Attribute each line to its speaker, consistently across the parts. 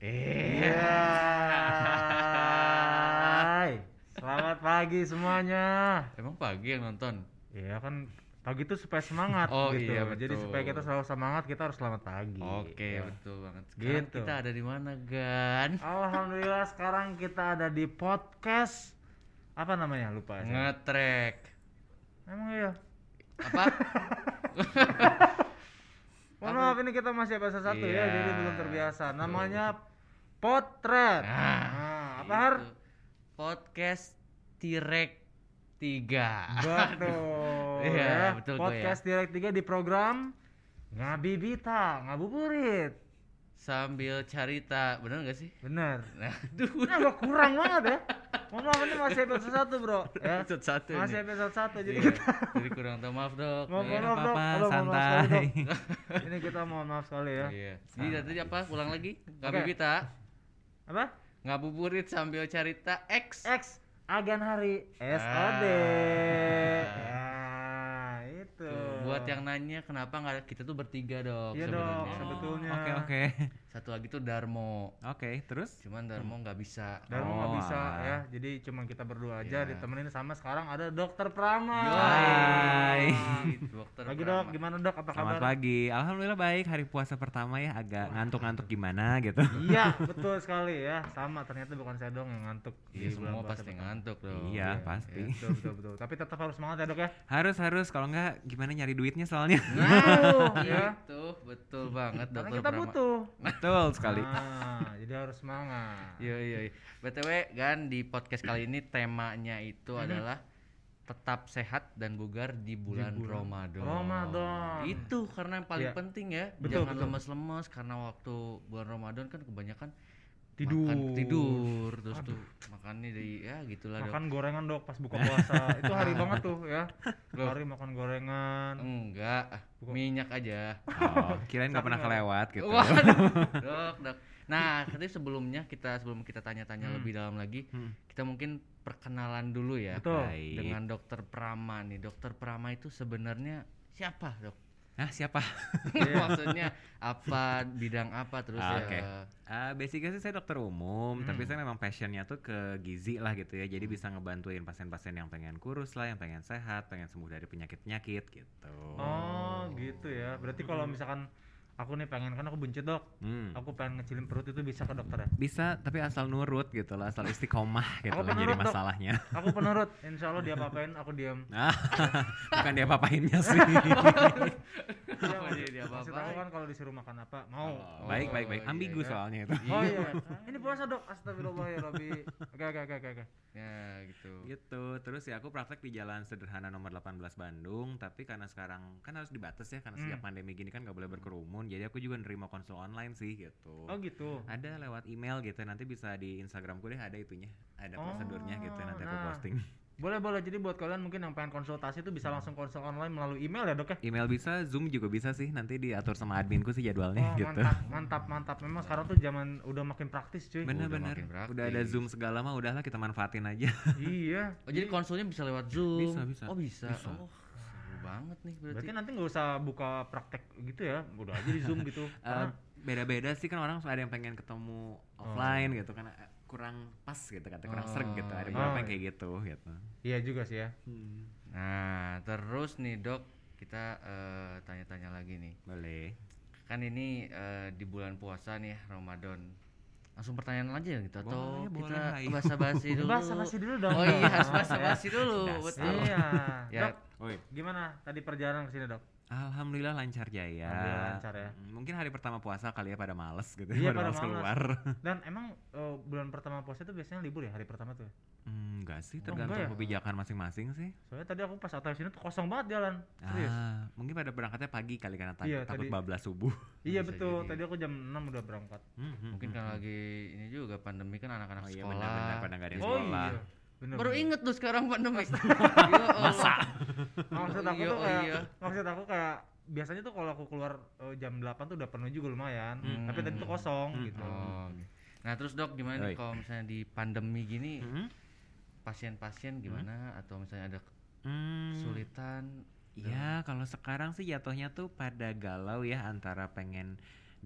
Speaker 1: Iya. Selamat pagi semuanya.
Speaker 2: Emang pagi yang nonton?
Speaker 1: Iya kan pagi itu supaya semangat
Speaker 2: Oh
Speaker 1: gitu.
Speaker 2: iya,
Speaker 1: Jadi
Speaker 2: betul.
Speaker 1: supaya kita selalu semangat kita harus selamat pagi.
Speaker 2: Oke,
Speaker 1: Ya.
Speaker 2: betul banget. Sekarang
Speaker 1: Gitu.
Speaker 2: kita ada di mana, Gan?
Speaker 1: Alhamdulillah sekarang kita ada di podcast apa namanya? Lupa saya.
Speaker 2: Ngetrek.
Speaker 1: Emang iya.
Speaker 2: Apa?
Speaker 1: Mohon
Speaker 2: Apa
Speaker 1: maaf ini kita masih episode 1 ya,
Speaker 2: Iya,
Speaker 1: jadi belum terbiasa.
Speaker 2: betul.
Speaker 1: Namanya Potret.
Speaker 2: Nah,
Speaker 1: Apa Har?
Speaker 2: itu. Podcast Tirek 3.
Speaker 1: Betul.
Speaker 2: Iya,
Speaker 1: Ya.
Speaker 2: betul gue
Speaker 1: Podcast Direct 3 di program Ngabibita, ngabuburit.
Speaker 2: Sambil carita, bener gak sih?
Speaker 1: Bener.
Speaker 2: Nah, aduh.
Speaker 1: Ini agak kurang banget ya. Mohon maaf ini masih episode 1 bro ya.
Speaker 2: Episode 1 ini.
Speaker 1: Masih episode 1 jadi
Speaker 2: Iya,
Speaker 1: kita
Speaker 2: jadi kurang tahu, maaf dok.
Speaker 1: mohon
Speaker 2: Iya.
Speaker 1: maaf dok.
Speaker 3: apa-apa,
Speaker 1: Halo, mohon maaf sekali,
Speaker 3: santai.
Speaker 1: Dok. Ini kita mohon maaf sekali ya.
Speaker 2: Iya. Jadi tadi apa? Ulang lagi?
Speaker 1: Oke.
Speaker 2: Ngabibita,
Speaker 1: Apa?
Speaker 2: ngabuburit sambil carita X.
Speaker 1: X Agan Hari SOD. Ya, itu.
Speaker 2: Tuh, buat yang nanya kenapa nggak kita tuh bertiga dok
Speaker 1: Iya dok,
Speaker 2: sebenarnya.
Speaker 1: sebetulnya.
Speaker 3: Oke.
Speaker 2: Satu lagi tuh Darmo,
Speaker 3: Oke, terus?
Speaker 2: cuman Darmo nggak bisa.
Speaker 1: Darmo nggak
Speaker 3: Oh,
Speaker 1: bisa
Speaker 3: alah.
Speaker 1: ya, jadi cuman kita berdua aja
Speaker 2: Iya.
Speaker 1: ditemenin sama sekarang ada Dokter Prama.
Speaker 3: Hai.
Speaker 2: Dokter
Speaker 1: Pagi
Speaker 2: Prama.
Speaker 1: dok, gimana dok? Apa
Speaker 3: Selamat
Speaker 1: kabar?
Speaker 3: pagi. Alhamdulillah baik. Hari puasa pertama ya, agak ngantuk-ngantuk gimana gitu.
Speaker 1: Iya, betul sekali ya. Sama ternyata bukan saya dong yang ngantuk.
Speaker 2: Iya,
Speaker 1: di
Speaker 2: semua
Speaker 1: bulan puasa
Speaker 2: pasti
Speaker 1: pertama.
Speaker 2: ngantuk dong.
Speaker 3: Iya, pasti.
Speaker 1: Betul, betul, betul. Tapi tetap harus semangat ya dok ya.
Speaker 3: Harus kalau enggak gimana nyari duitnya soalnya.
Speaker 1: Nah, ya.
Speaker 2: Itu betul banget
Speaker 1: Karena
Speaker 2: dokter
Speaker 1: kita
Speaker 2: Prama.
Speaker 1: butuh.
Speaker 3: Betul sekali.
Speaker 1: Nah, jadi harus semangat.
Speaker 2: Iya. BTW kan di podcast kali ini temanya itu adalah tetap sehat dan bugar di bulan Ramadan.
Speaker 1: Ramadan.
Speaker 2: Itu karena yang paling
Speaker 1: Iya.
Speaker 2: penting ya.
Speaker 1: Betul,
Speaker 2: Jangan
Speaker 1: betul.
Speaker 2: lemes-lemes karena waktu bulan Ramadan kan kebanyakan
Speaker 1: Tidur.
Speaker 2: tidur terus tuh makannya dari ya gitulah dok.
Speaker 1: Makan gorengan dok pas buka puasa. Itu hari banget tuh ya. Hari makan gorengan.
Speaker 2: Enggak, minyak aja.
Speaker 3: Oh, kirain nggak pernah kelewat gitu.
Speaker 2: Dok. Nah, tadi sebelum kita tanya-tanya lebih dalam lagi, kita mungkin perkenalan dulu ya.
Speaker 1: Betul.
Speaker 3: Baik.
Speaker 2: Dengan Dokter Prama nih. Dokter Prama itu sebenarnya siapa, Dok?
Speaker 3: Nah, siapa?
Speaker 2: Maksudnya apa, bidang apa terus ya?
Speaker 3: Oke. Basicnya sih saya dokter umum, tapi saya memang passionnya tuh ke gizi lah gitu ya. Jadi bisa ngebantuin pasien-pasien yang pengen kurus lah, yang pengen sehat, pengen sembuh dari penyakit-penyakit gitu.
Speaker 1: Oh, gitu ya. Berarti kalau misalkan aku nih pengen, kan aku buncit dok. Aku pengen ngecilin perut itu bisa ke dokter ya?
Speaker 3: Bisa, tapi asal nurut gitu lah, asal istiqomah gitu
Speaker 1: Aku
Speaker 3: lah jadi
Speaker 1: penurut, Dok.
Speaker 3: masalahnya.
Speaker 1: Aku penurut, insya Allah dia apain aku diam.
Speaker 3: Bukan dia apa-apainnya sih.
Speaker 2: Apa dia
Speaker 1: Maksud aku kan kalau disuruh makan apa mau.
Speaker 3: Baik.
Speaker 2: iya,
Speaker 3: Ambigu
Speaker 2: iya.
Speaker 3: soalnya itu.
Speaker 1: Oh iya. Ini puasa dok. Astagfirullahaladzim. Oke.
Speaker 2: Ya, gitu.
Speaker 3: Gitu. Terus ya aku praktek di Jalan Sederhana nomor 18 Bandung, tapi karena sekarang kan harus dibatas ya karena sejak pandemi gini kan gak boleh berkerumun. Jadi aku juga nerima konsul online sih gitu.
Speaker 1: Oh gitu.
Speaker 3: Ada lewat email gitu, nanti bisa di Instagramku deh ada itunya, ada prosedurnya gitu nanti aku
Speaker 1: nah.
Speaker 3: posting.
Speaker 1: Boleh. Jadi buat kalian mungkin yang pengen konsultasi itu bisa langsung konsul online melalui email ya dok ya?
Speaker 3: Email bisa, Zoom juga bisa sih, nanti diatur sama adminku sih jadwalnya
Speaker 1: Oh
Speaker 3: gitu.
Speaker 1: mantap. Memang sekarang tuh zaman udah makin praktis cuy.
Speaker 3: Bener-bener,
Speaker 2: makin praktis.
Speaker 3: udah ada Zoom segala mah udahlah kita manfaatin aja.
Speaker 1: Iya.
Speaker 2: Oh, jadi konsulnya bisa lewat Zoom?
Speaker 3: Bisa.
Speaker 2: Oh, bisa.
Speaker 3: Bisa.
Speaker 2: Oh, seru banget nih berarti.
Speaker 1: Berarti nanti nggak usah buka praktek gitu ya, udah aja di Zoom gitu. Karena
Speaker 3: Beda-beda sih kan orang ada yang pengen ketemu offline gitu kan kurang pas gitu kata kurang serg gitu, ada beberapa yang kayak gitu.
Speaker 1: iya juga sih ya.
Speaker 2: Nah, terus nih dok, kita tanya-tanya lagi nih.
Speaker 3: Boleh.
Speaker 2: Kan ini di bulan puasa nih Ramadan. Langsung pertanyaan aja gitu atau
Speaker 3: Boleh,
Speaker 2: kita
Speaker 3: hai.
Speaker 2: basa-basi dulu?
Speaker 1: Basa-basi dulu dong.
Speaker 2: Oh iya, harus basa-basi dulu.
Speaker 3: Dasar.
Speaker 2: Betul.
Speaker 1: Iya.
Speaker 2: Ya.
Speaker 1: Dok,
Speaker 3: Oi.
Speaker 1: gimana tadi perjalanan ke sini dok?
Speaker 3: Alhamdulillah lancar jaya.
Speaker 1: Alhamdulillah lancar ya.
Speaker 3: Mungkin hari pertama puasa kali ya pada males gitu,
Speaker 1: Iya,
Speaker 3: pada
Speaker 1: pada
Speaker 3: males
Speaker 1: malas.
Speaker 3: keluar.
Speaker 1: Dan emang bulan pertama puasa itu biasanya libur ya hari pertama tuh ya?
Speaker 3: Enggak sih,
Speaker 1: Oh,
Speaker 3: tergantung
Speaker 1: enggak ya?
Speaker 3: kebijakan masing-masing sih.
Speaker 1: Soalnya tadi aku pas atas sini tuh kosong banget jalan. Serius.
Speaker 3: Mungkin pada berangkatnya pagi kali karena
Speaker 1: Iya,
Speaker 3: takut
Speaker 1: tadi.
Speaker 3: bablas subuh.
Speaker 1: Iya
Speaker 2: Bisa
Speaker 1: betul.
Speaker 2: jadi.
Speaker 1: Tadi aku jam 6 udah berangkat.
Speaker 2: Mungkin karena lagi ini juga pandemi kan anak-anak
Speaker 3: Oh iya
Speaker 2: sekolah.
Speaker 3: benar-benar pada nggak ada yang
Speaker 1: Oh
Speaker 3: sekolah.
Speaker 1: iya. Bener.
Speaker 2: Baru inget tuh sekarang pandemi.
Speaker 3: Masa?
Speaker 1: Maksud aku
Speaker 2: Iya,
Speaker 1: tuh
Speaker 2: oh
Speaker 1: kayak
Speaker 2: iya.
Speaker 1: maksud aku kayak biasanya tuh kalau aku keluar jam 8 tuh udah penuh juga lumayan. Tapi tadi tuh kosong gitu.
Speaker 2: Oh. Nah, terus dok gimana nih
Speaker 3: Oi.
Speaker 2: kalau misalnya di pandemi gini
Speaker 3: Hmm?
Speaker 2: pasien-pasien gimana atau misalnya ada
Speaker 3: Hmm,
Speaker 2: kesulitan?
Speaker 3: ya kalau sekarang sih jatuhnya tuh pada galau ya antara pengen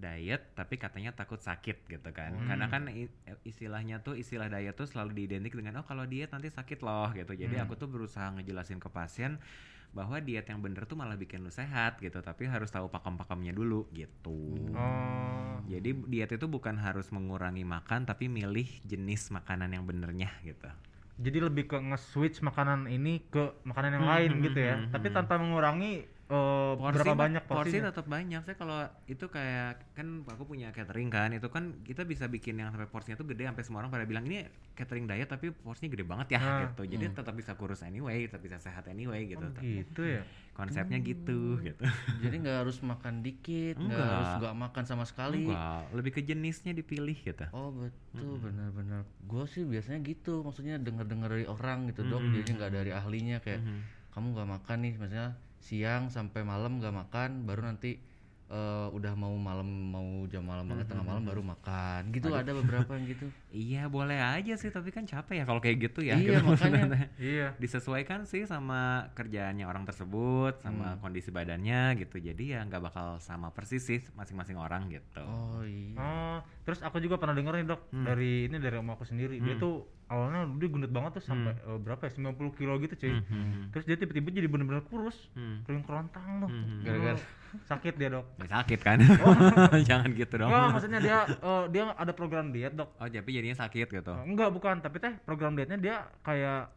Speaker 3: diet tapi katanya takut sakit gitu kan. Karena kan istilahnya tuh istilah diet tuh selalu diidentik dengan kalau diet nanti sakit loh gitu. Jadi aku tuh berusaha ngejelasin ke pasien bahwa diet yang bener tuh malah bikin lu sehat gitu, tapi harus tahu pakem-pakemnya dulu gitu. Jadi diet itu bukan harus mengurangi makan tapi milih jenis makanan yang benernya gitu.
Speaker 1: Jadi lebih ke nge-switch makanan ini ke makanan yang lain gitu ya. Tapi tanpa mengurangi berapa banyak
Speaker 3: porsi
Speaker 1: porsinya.
Speaker 3: tetap banyak. Saya kalau itu kayak kan aku punya catering kan, itu kan kita bisa bikin yang sampai porsinya tuh gede sampai semua orang pada bilang ini catering diet tapi porsinya gede banget ya gitu. Jadi tetap bisa kurus anyway, tetap bisa sehat anyway gitu.
Speaker 1: Gitu ya.
Speaker 3: Konsepnya gitu.
Speaker 2: Jadi nggak harus makan dikit, nggak harus nggak makan sama sekali.
Speaker 3: Enggak, lebih ke jenisnya dipilih gitu.
Speaker 2: Oh betul, benar-benar. Gue sih biasanya gitu, maksudnya dengar-dengar dari orang gitu dok, jadi nggak dari ahlinya kayak kamu nggak makan nih, maksudnya siang sampai malam nggak makan, baru nanti udah mau jam malam banget tengah malam baru makan gitu. Ada beberapa yang gitu.
Speaker 3: Iya boleh aja sih, tapi kan capek ya kalau kayak gitu ya.
Speaker 2: Iya
Speaker 3: gitu
Speaker 2: makanya.
Speaker 1: Iya.
Speaker 3: Disesuaikan sih sama kerjaannya orang tersebut, sama kondisi badannya gitu. Jadi ya nggak bakal sama persis sih masing-masing orang gitu.
Speaker 2: Oh iya.
Speaker 1: Terus aku juga pernah denger nih dok, dari om aku sendiri. Dia tuh awalnya dia gendut banget tuh sampai berapa ya, 90 kilo gitu cuy. Terus dia tiba-tiba jadi bener-bener kurus, kering kerontang tuh.
Speaker 2: Gara-gara
Speaker 1: sakit dia dok.
Speaker 3: Ya, sakit kan? Jangan gitu dong.
Speaker 1: Enggak, maksudnya dia ada program diet dok.
Speaker 3: Oh jadi jadinya sakit gitu.
Speaker 1: Enggak, bukan, tapi program dietnya dia kayak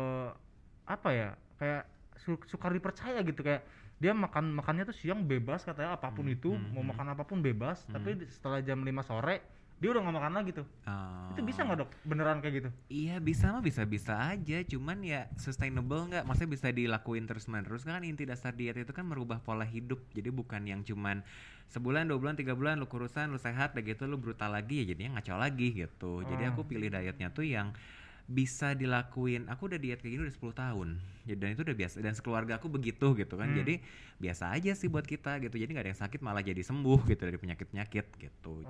Speaker 1: apa ya, kayak sukar dipercaya gitu, kayak dia makannya tuh siang bebas katanya, apapun itu mau makan apapun bebas, tapi setelah jam 5 sore dia udah nggak makan lagi tuh. Itu bisa nggak dok, beneran kayak gitu?
Speaker 3: Iya bisa aja, cuman ya sustainable nggak, maksudnya bisa dilakuin terus menerus kan. Inti dasar diet itu kan merubah pola hidup, jadi bukan yang cuman sebulan 2 bulan 3 bulan lu kurusan lu sehat, udah gitu lu brutal lagi ya jadinya ngaco lagi gitu. Jadi aku pilih dietnya tuh yang bisa dilakuin. Aku udah diet kayak gini udah 10 tahun. Jadi dan itu udah biasa, dan sekeluarga aku begitu gitu kan. Jadi biasa aja sih buat kita gitu. Jadi enggak ada yang sakit, malah jadi sembuh gitu dari penyakit-penyakit gitu.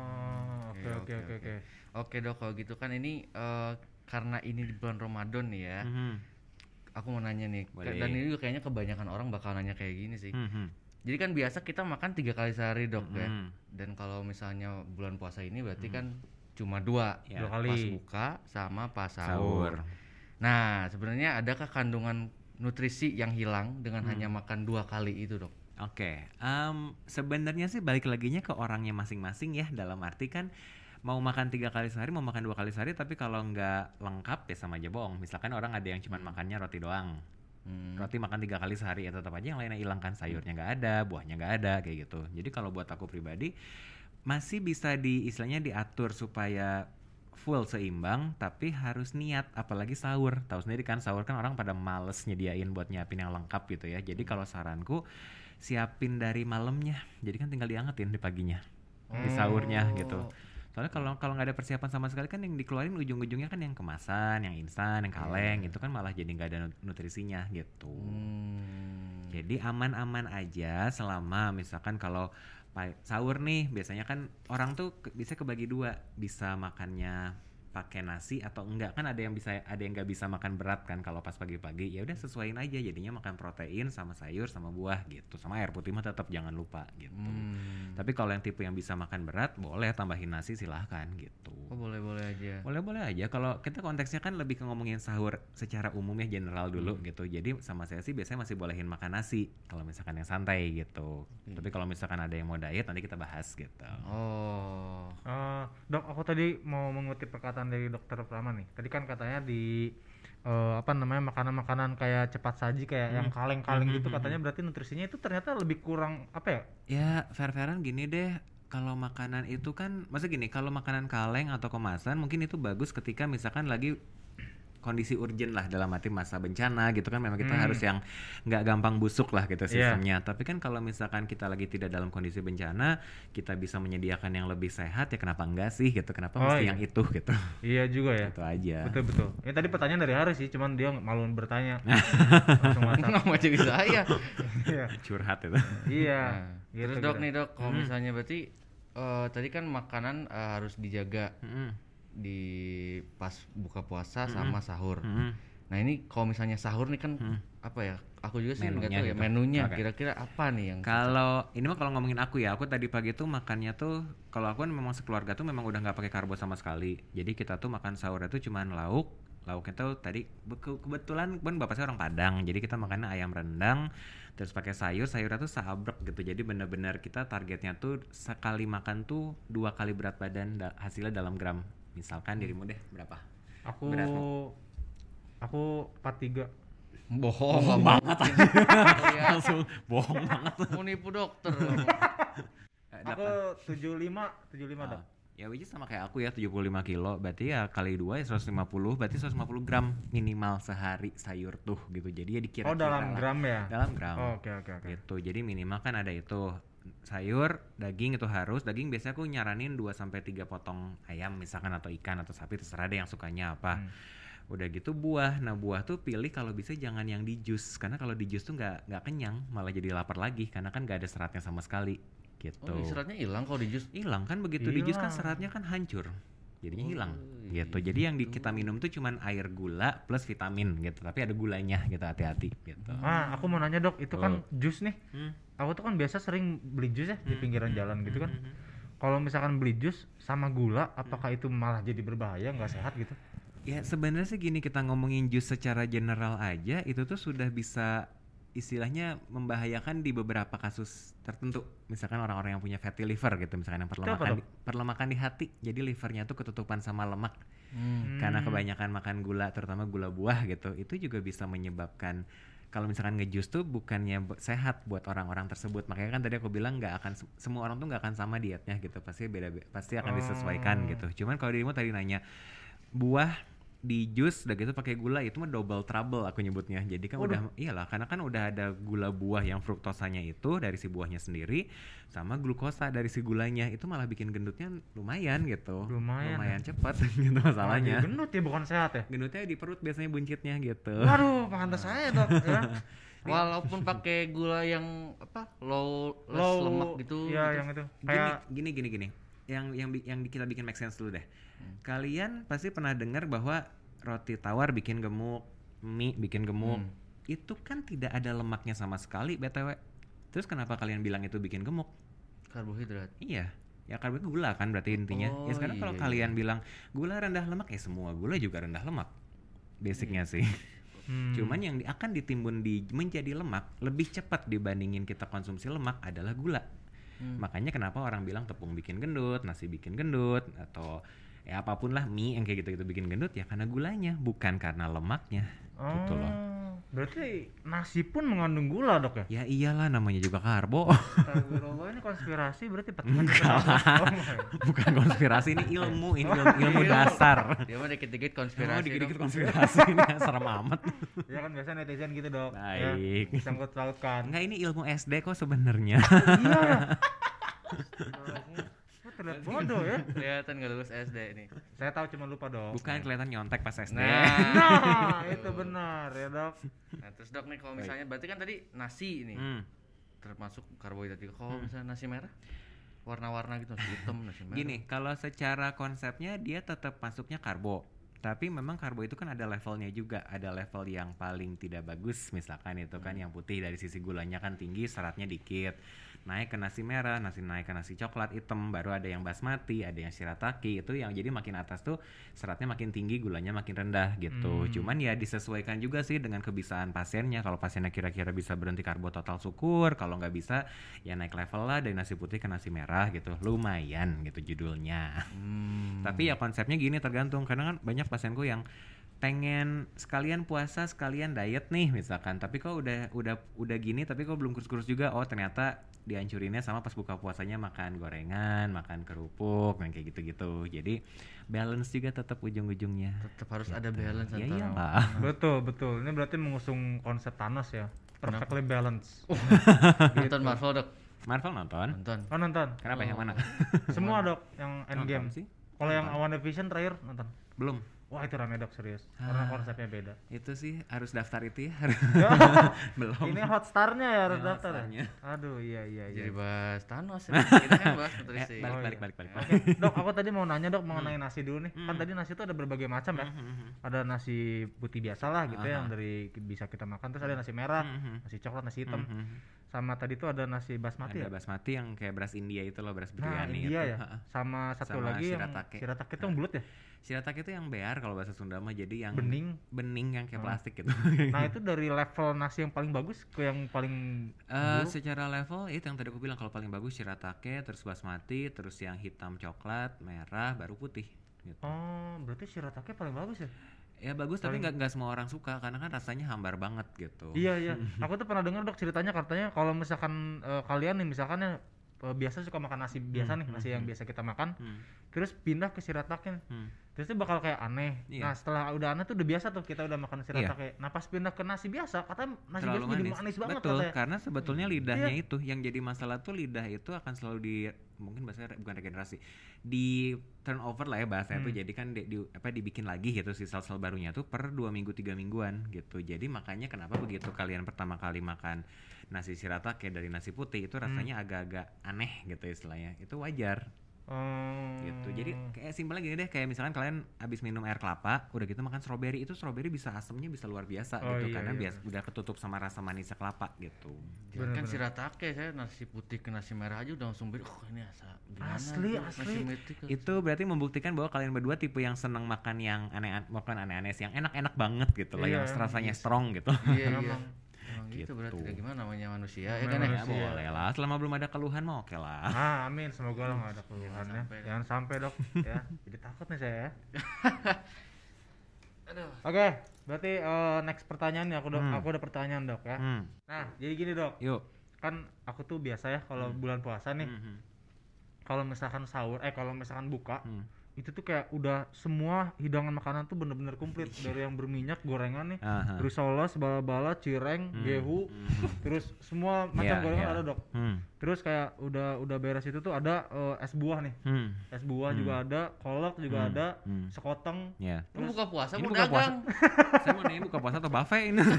Speaker 1: Oke.
Speaker 2: Oke dok, kalau gitu kan ini karena ini di bulan Ramadan nih ya. Aku mau nanya nih, dan ini juga kayaknya kebanyakan orang bakal nanya kayak gini sih. Jadi kan biasa kita makan 3 kali sehari dok ya. Dan kalau misalnya bulan puasa ini berarti kan cuma 2
Speaker 3: Ya,
Speaker 1: kali.
Speaker 2: pas buka sama pas sahur. Nah sebenarnya adakah kandungan nutrisi yang hilang dengan hanya makan 2 kali itu dok?
Speaker 3: Oke, sebenarnya sih balik laginya ke orangnya masing-masing ya. Dalam arti kan mau makan 3 kali sehari, mau makan 2 kali sehari, tapi kalau nggak lengkap ya sama aja bohong. Misalkan orang ada yang cuma makannya roti doang, roti makan 3 kali sehari, ya tetap aja yang lainnya hilang kan, sayurnya nggak ada, buahnya nggak ada kayak gitu. Jadi kalau buat aku pribadi masih bisa istilahnya diatur supaya full seimbang, tapi harus niat, apalagi sahur. Tahu sendiri kan sahur kan orang pada males nyediain buat nyiapin yang lengkap gitu ya. Jadi kalau saranku siapin dari malamnya, jadi kan tinggal diangetin di paginya, di sahurnya gitu. Soalnya kalau nggak ada persiapan sama sekali kan yang dikeluarin ujung-ujungnya kan yang kemasan, yang instan, yang kaleng gitu kan, malah jadi nggak ada nutrisinya gitu. Jadi aman-aman aja selama misalkan kalau sahur nih biasanya kan orang tuh bisa kebagi 2, bisa makannya pakai nasi atau enggak. Kan ada yang nggak bisa makan berat kan kalau pas pagi-pagi. Ya udah sesuaiin aja, jadinya makan protein sama sayur sama buah gitu. Sama air putih mah tetap jangan lupa gitu. Tapi kalau yang tipe yang bisa makan berat boleh tambahin nasi, silahkan gitu.
Speaker 2: Oh boleh-boleh aja.
Speaker 3: Boleh-boleh aja. Kalau kita konteksnya kan lebih ke ngomongin sahur secara umum ya, general dulu gitu. Jadi sama saya sih biasanya masih bolehin makan nasi kalau misalkan yang santai gitu. Tapi kalau misalkan ada yang mau diet nanti kita bahas gitu.
Speaker 1: Dok, aku tadi mau mengutip perkataan dari dokter Prama nih. Tadi kan katanya di makanan-makanan kayak cepat saji kayak yang kaleng-kaleng gitu, katanya berarti nutrisinya itu ternyata lebih kurang apa ya?
Speaker 3: Ya fair-fairan gini deh. Kalau makanan itu kan, maksudnya gini, kalau makanan kaleng atau kemasan mungkin itu bagus ketika misalkan lagi kondisi urgent lah, dalam arti masa bencana gitu kan, memang kita harus yang nggak gampang busuk lah gitu sistemnya. Tapi kan kalau misalkan kita lagi tidak dalam kondisi bencana, kita bisa menyediakan yang lebih sehat, ya kenapa enggak sih gitu, kenapa mesti yang itu gitu.
Speaker 1: Iya juga ya.
Speaker 3: Itu aja.
Speaker 1: Betul. Ini tadi pertanyaan dari Haris sih, cuman dia malu bertanya. Langsung
Speaker 2: nggak mau jadi saya.
Speaker 3: Curhat itu.
Speaker 1: Iya.
Speaker 2: Terus dok nih dok, kalau misalnya berarti tadi kan makanan harus dijaga di pas buka puasa sama sahur. Nah ini kalau misalnya sahur nih kan apa ya? Aku juga sih nggak tahu ya
Speaker 3: gitu.
Speaker 2: menunya kira-kira apa nih yang
Speaker 3: kalau ini mah kalau ngomongin aku ya, aku tadi pagi tuh makannya tuh kalau aku kan memang sekeluarga tuh memang udah nggak pakai karbo sama sekali. Jadi kita tuh makan sahurnya tuh cuman lauknya tuh tadi kebetulan kan bapak saya orang Padang, jadi kita makannya ayam rendang terus pakai sayurnya tuh sabrek gitu. Jadi benar-benar kita targetnya tuh sekali makan tuh 2 kali berat badan, hasilnya dalam gram. Misalkan dirimu deh berapa?
Speaker 1: Aku 43.
Speaker 2: bohong
Speaker 3: banget
Speaker 2: ya,
Speaker 3: langsung bohong banget.
Speaker 2: mau nipu dokter.
Speaker 1: Aku 75 Dok.
Speaker 3: Ya which is sama kayak aku ya 75 kilo, berarti ya kali 2 ya 150, berarti 150 gram minimal sehari sayur tuh gitu. Jadi ya dikira-kira
Speaker 1: dalam
Speaker 3: lah.
Speaker 1: gram ya?
Speaker 3: Dalam gram.
Speaker 1: Oke.
Speaker 3: Gitu, jadi minimal kan ada itu sayur, daging itu harus. Daging biasanya aku nyaranin 2-3 potong ayam misalkan atau ikan atau sapi, terserah deh yang sukanya apa. Udah gitu buah. Nah buah tuh pilih kalau bisa jangan yang di jus, karena kalau di jus tuh nggak kenyang, malah jadi lapar lagi karena kan nggak ada seratnya sama sekali gitu.
Speaker 2: Oh, seratnya hilang kalau di jus?
Speaker 3: Hilang kan, begitu di jus kan seratnya kan hancur, jadinya hilang gitu. Jadi yang kita minum tuh cuman air gula plus vitamin gitu, tapi ada gulanya gitu, hati-hati gitu.
Speaker 1: Aku mau nanya Dok, itu kan jus nih. Aku tuh kan biasa sering beli jus ya di pinggiran jalan gitu kan. Kalau misalkan beli jus sama gula, apakah itu malah jadi berbahaya, nggak sehat gitu?
Speaker 3: Ya sebenarnya sih gini, kita ngomongin jus secara general aja itu tuh sudah bisa istilahnya membahayakan di beberapa kasus tertentu. Misalkan orang-orang yang punya fatty liver gitu, misalkan yang perlemakan di hati, jadi livernya tuh ketutupan sama lemak karena kebanyakan makan gula, terutama gula buah gitu. Itu juga bisa menyebabkan kalau misalkan ngejus tuh bukannya sehat buat orang-orang tersebut. Makanya kan tadi aku bilang nggak akan semua orang tuh nggak akan sama dietnya gitu, pasti beda, pasti akan disesuaikan gitu. Cuman kalau dirimu tadi nanya buah di jus udah gitu pakai gula, itu mah double trouble aku nyebutnya. Jadi kan udah iyalah, karena kan udah ada gula buah yang fruktosanya itu dari si buahnya sendiri sama glukosa dari si gulanya, itu malah bikin gendutnya lumayan gitu. Lumayan cepat gitu masalahnya.
Speaker 1: Gendut ya, bukan sehat ya?
Speaker 3: Gendutnya di perut biasanya buncitnya gitu.
Speaker 1: Waduh, pantas saya Dok ya.
Speaker 2: Walaupun pakai gula yang apa low lemak gitu.
Speaker 1: Iya,
Speaker 2: gitu.
Speaker 1: yang itu. Kayak
Speaker 3: Gini. Yang kita bikin make sense dulu deh. Kalian pasti pernah dengar bahwa roti tawar bikin gemuk, mie bikin gemuk. Itu kan tidak ada lemaknya sama sekali BTW. Terus kenapa kalian bilang itu bikin gemuk?
Speaker 2: Karbohidrat.
Speaker 3: Iya. Ya karbohidrat gula kan berarti intinya. Ya sekarang kalau kalian bilang gula rendah lemak, ya semua gula juga rendah lemak. Basicnya sih. Cuman yang akan ditimbun menjadi lemak lebih cepat dibandingin kita konsumsi lemak adalah gula. Makanya kenapa orang bilang tepung bikin gendut, nasi bikin gendut, atau ya apapun lah, mie yang kayak gitu-gitu bikin gendut, ya karena gulanya, bukan karena lemaknya. Gitu loh.
Speaker 1: Berarti nasi pun mengandung gula Dok ya?
Speaker 3: Ya iyalah, namanya juga karbo.
Speaker 1: Astagfirullah, ini konspirasi berarti
Speaker 3: Bukan konspirasi, ini ilmu dasar.
Speaker 2: Dia mah dikit-dikit konspirasi.
Speaker 3: Dikit-dikit konspirasi ini serem amat.
Speaker 1: Ya kan biasa netizen gitu Dok.
Speaker 3: Baik.
Speaker 1: Ya, sangkut-sautkan.
Speaker 3: Enggak, ini ilmu SD kok sebenarnya.
Speaker 1: Iya. Terlihat bodoh ya.
Speaker 2: Kelihatan gak lulus SD nih.
Speaker 1: Saya tahu, cuma lupa Dok.
Speaker 3: Bukan, kelihatan nyontek pas SD.
Speaker 1: Nah, itu benar ya Dok.
Speaker 2: Nah terus Dok nih, kalau misalnya berarti kan tadi nasi ini termasuk karbohidrat juga. Kalau misalnya nasi merah warna-warna gitu, nasi hitam, nasi merah.
Speaker 3: Gini, kalau secara konsepnya dia tetap masuknya karbo. Tapi memang karbo itu kan ada levelnya juga. Ada level yang paling tidak bagus, misalkan itu kan yang putih dari sisi gulanya kan tinggi, seratnya dikit. Naik ke nasi merah, naik ke nasi coklat hitam, baru ada yang basmati, ada yang shirataki. Itu yang jadi makin atas tuh seratnya makin tinggi, gulanya makin rendah gitu. Cuman ya disesuaikan juga sih dengan kebiasaan pasiennya. Kalau pasiennya kira-kira bisa berhenti karbo total, syukur. Kalau nggak bisa ya naik level lah dari nasi putih ke nasi merah gitu. Lumayan gitu judulnya. Tapi ya konsepnya gini, tergantung. Karena kan banyak pasienku yang pengen sekalian puasa sekalian diet nih misalkan, tapi kok udah gini tapi kok belum kurus-kurus juga. Oh ternyata dihancurinnya sama pas buka puasanya makan gorengan, makan kerupuk, yang kayak gitu-gitu. Jadi balance juga tetap ujung-ujungnya.
Speaker 2: Tetap harus ada balance
Speaker 3: ya,
Speaker 2: antara.
Speaker 3: iyalah.
Speaker 1: Betul. Ini berarti mengusung konsep Thanos ya. Perfectly balance.
Speaker 2: Nonton Marvel Dok?
Speaker 3: Marvel nonton.
Speaker 1: Nonton.
Speaker 3: Kenapa yang mana?
Speaker 1: Semua Dok, yang Endgame
Speaker 3: sih.
Speaker 1: Kalau yang WandaVision terakhir nonton?
Speaker 3: Belum.
Speaker 1: Wah itu rame dok serius, karena konsepnya beda.
Speaker 3: Itu sih harus daftar itu ya. Belum.
Speaker 1: Ini Hotstar-nya ya harus
Speaker 3: Ya,
Speaker 1: daftar.
Speaker 3: Hotstar-nya.
Speaker 1: Aduh iya.
Speaker 2: Jadi bahas Thanos ya. Kita kan bahas nutrisi.
Speaker 3: Balik.
Speaker 1: Oke, dok, aku tadi mau nanya dok mengenai nasi dulu nih. Kan tadi nasi itu ada berbagai macam ya. Ada nasi putih biasa lah gitu yang dari bisa kita makan. Terus ada nasi merah, nasi coklat, nasi hitam. Sama tadi tuh ada nasi basmati
Speaker 3: Ada
Speaker 1: ya.
Speaker 3: basmati yang kayak beras India itu loh, beras
Speaker 1: Nah,
Speaker 3: biryani
Speaker 1: India
Speaker 3: itu.
Speaker 1: ya. Sama satu
Speaker 3: Sama
Speaker 1: lagi yang
Speaker 3: shiratake.
Speaker 1: shiratake itu yang bulat ya.
Speaker 3: Shiratake itu yang bear kalau bahasa Sunda mah, jadi yang
Speaker 1: Bening.
Speaker 3: yang kayak plastik gitu.
Speaker 1: Nah, itu dari level nasi yang paling bagus ke yang paling
Speaker 3: Secara level itu yang tadi aku bilang, kalau paling bagus shiratake, terus basmati, terus yang hitam coklat, merah, baru putih gitu.
Speaker 1: Oh, berarti shiratake paling bagus ya?
Speaker 3: Ya bagus, tapi nggak semua orang suka karena kan rasanya hambar banget gitu.
Speaker 1: Iya. Aku tuh pernah dengar dok ceritanya, katanya kalau misalkan kalian nih misalkan ya biasa suka makan nasi biasa nih, nasi yang biasa kita makan, terus pindah ke shiratake, terus itu bakal kayak aneh.
Speaker 3: Iya.
Speaker 1: Nah setelah udah aneh tuh udah biasa tuh kita udah makan shiratake. Nah pas pindah ke nasi biasa, katanya nasi
Speaker 3: Terlalu
Speaker 1: biasa jadi manis banget
Speaker 3: betul,
Speaker 1: katanya.
Speaker 3: karena sebetulnya lidahnya itu yang jadi masalah tuh, lidah itu akan selalu mungkin bahasanya bukan regenerasi, di turnover lah ya bahasanya tuh, jadi kan dibikin lagi gitu si sel-sel barunya tuh per 2 minggu 3 mingguan gitu. Jadi makanya kenapa begitu kalian pertama kali makan nasi shiratake dari nasi putih itu rasanya agak-agak aneh gitu istilahnya, itu wajar. Gitu. Jadi kayak simpelnya gini deh, kayak misalkan kalian habis minum air kelapa, udah gitu makan stroberi, itu stroberi bisa asamnya bisa luar biasa gitu, karena udah ketutup sama rasa manisnya kelapa gitu.
Speaker 2: Kan shiratake saya nasi putih ke nasi merah aja udah langsung ini gimana
Speaker 1: Asli.
Speaker 2: nasi putih
Speaker 3: Itu berarti membuktikan bahwa kalian berdua tipe yang senang makan yang aneh-aneh sih, yang enak-enak banget gitu lah, yang rasanya strong gitu.
Speaker 2: Iya. Emang gitu berarti kayak gimana namanya manusia ya kan ya?
Speaker 3: Boleh lah, selama belum ada keluhan mah oke lah.
Speaker 1: Amin, semoga lah nggak ada keluhannya. Jangan sampai dok ya. Jadi takut nih saya ya. Oke, berarti next pertanyaan nih, aku ada pertanyaan dok ya. Nah jadi gini dok,
Speaker 3: Yuk.
Speaker 1: kan aku tuh biasa ya kalau bulan puasa nih, kalau misalkan sahur kalau misalkan buka, itu tuh kayak udah semua hidangan makanan tuh bener-bener komplit, dari yang berminyak, gorengan nih, risoles, bala-bala, cireng, gehu, terus semua macam gorengan ada dok. Terus kayak udah beres itu tuh ada es buah nih, es buah juga ada, kolak juga ada, sekoteng.
Speaker 2: Ini buka puasa
Speaker 3: Ini
Speaker 2: mau
Speaker 3: buka puasa.
Speaker 2: dagang.
Speaker 3: Saya mau nanya buka puasa atau buffet ini.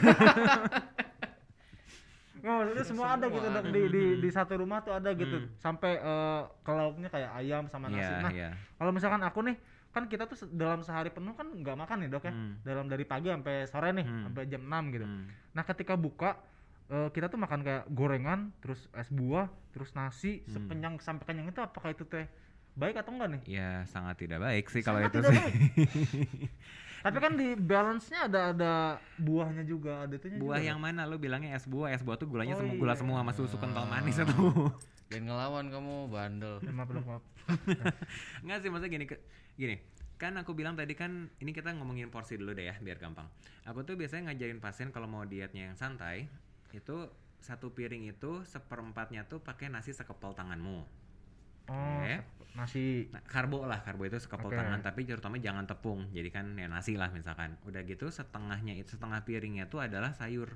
Speaker 1: Itu semua ada gitu dok, di satu rumah tuh ada gitu, sampai ke lauknya kayak ayam sama nasi. Nah kalau misalkan aku nih, kan kita tuh dalam sehari penuh kan nggak makan nih dok ya, dalam dari pagi sampai sore nih, sampai jam 6 gitu. Nah ketika buka kita tuh makan kayak gorengan, terus es buah, terus nasi sekenyang sampai kenyang, itu apakah itu teh baik atau enggak nih?
Speaker 3: Ya sangat tidak baik sih kalau itu
Speaker 1: tidak
Speaker 3: sih.
Speaker 1: Tapi kan di balance-nya ada buahnya juga, ada itunya
Speaker 3: Buah
Speaker 1: juga.
Speaker 3: yang mana? Lu bilangnya es buah tuh gulanya semua gula semua sama susu kental manis itu.
Speaker 2: Jangan ngelawan kamu, bandel.
Speaker 1: Maaf.
Speaker 3: Enggak sih, maksudnya gini. Kan aku bilang tadi kan ini kita ngomongin porsi dulu deh ya biar gampang. Aku tuh biasanya ngajarin pasien kalau mau dietnya yang santai, itu satu piring itu 1/4-nya tuh pakai nasi sekepal tanganmu.
Speaker 1: Nasi.
Speaker 3: Nah, karbo itu sekepal tangan, tapi terutama jangan tepung. Jadi kan ya nasi lah misalkan. Udah gitu setengah piringnya tuh adalah sayur.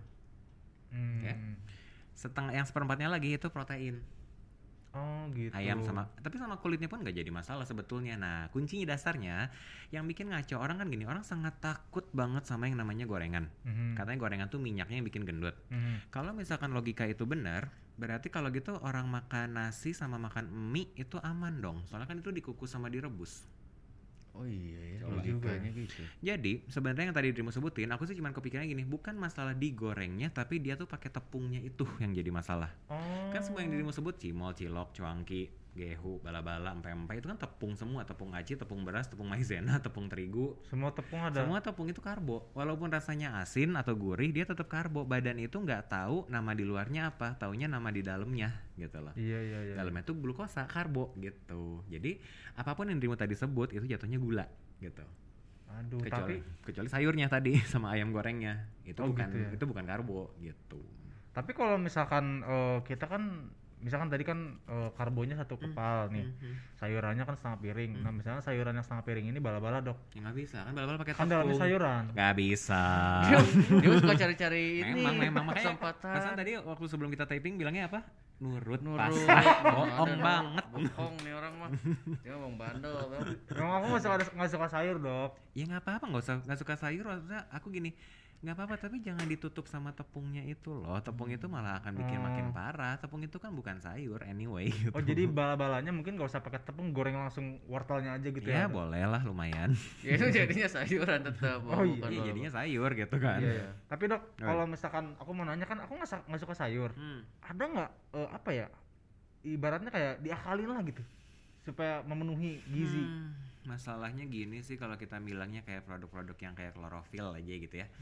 Speaker 3: Yang 1/4-nya lagi itu protein.
Speaker 1: Gitu.
Speaker 3: Ayam tapi sama kulitnya pun nggak jadi masalah sebetulnya. Nah kuncinya dasarnya yang bikin ngaco orang kan gini, orang sangat takut banget sama yang namanya gorengan. Katanya gorengan tuh minyaknya yang bikin gendut. Kalau misalkan logika itu benar, berarti kalau gitu orang makan nasi sama makan mie itu aman dong, soalnya kan itu dikukus sama direbus.
Speaker 2: Oh iya ya, logikanya gitu.
Speaker 3: Jadi sebenarnya yang tadi Dirimu sebutin, aku sih cuma kepikirannya gini, bukan masalah digorengnya, tapi dia tuh pakai tepungnya itu yang jadi masalah. Kan semua yang Dirimu sebut, cimol, cilok, cuangki, gehu, bala-bala, empe-empe, itu kan tepung semua, tepung aci, tepung beras, tepung maizena, tepung terigu.
Speaker 1: Semua tepung ada.
Speaker 3: Semua tepung itu karbo. Walaupun rasanya asin atau gurih, dia tetap karbo. Badan itu nggak tahu nama di luarnya apa, taunya nama di dalamnya gitu loh.
Speaker 1: Iya.
Speaker 3: Dalamnya tuh glukosa, karbo gitu. Jadi apapun yang Dirimu tadi sebut itu jatuhnya gula gitu.
Speaker 1: Aduh,
Speaker 3: kecuali sayurnya tadi sama ayam gorengnya. Itu itu bukan karbo gitu.
Speaker 1: Tapi kalau misalkan kita kan misalkan tadi kan karbonya 1 kepal nih, sayurannya kan setengah piring. Nah misalnya sayurannya setengah piring ini bala-bala dok.
Speaker 3: Ya nggak bisa, kan bala-bala pakai
Speaker 1: tepung. Kan dalamnya sayuran.
Speaker 3: Nggak bisa.
Speaker 2: Dia suka cari-cari ini.
Speaker 3: Memang makanya.
Speaker 2: Kesempatan.
Speaker 3: Pesan tadi waktu sebelum kita taping bilangnya apa? nurut
Speaker 2: Nurut,
Speaker 3: pasrah,
Speaker 2: ada
Speaker 3: bohong
Speaker 2: nurut.
Speaker 3: banget.
Speaker 2: Bohong nih orang mah. Dia ngomong bandel kan.
Speaker 1: Emang aku nggak suka sayur dok.
Speaker 3: Ya nggak apa-apa, nggak suka sayur, maksudnya aku gini, nggak apa-apa tapi jangan ditutup sama tepungnya itu loh. Tepung itu malah akan bikin makin parah. Tepung itu kan bukan sayur anyway gitu.
Speaker 1: Oh jadi bala-balanya mungkin nggak usah pakai tepung, goreng langsung wortelnya aja gitu
Speaker 3: Ya
Speaker 1: ya. Dok?
Speaker 3: boleh lah, lumayan.
Speaker 2: Ya itu jadinya sayuran tetap.
Speaker 1: Oh, iya.
Speaker 2: bukan
Speaker 3: Iya
Speaker 2: bola.
Speaker 3: jadinya sayur gitu kan.
Speaker 1: Iya. Tapi dok,
Speaker 3: Oh,
Speaker 1: kalau misalkan aku mau nanya kan, aku nggak suka sayur. Ada nggak apa ya? Ibaratnya kayak diakalin lah gitu, supaya memenuhi gizi.
Speaker 3: Masalahnya gini sih, kalau kita bilangnya kayak produk-produk yang kayak klorofil aja gitu ya.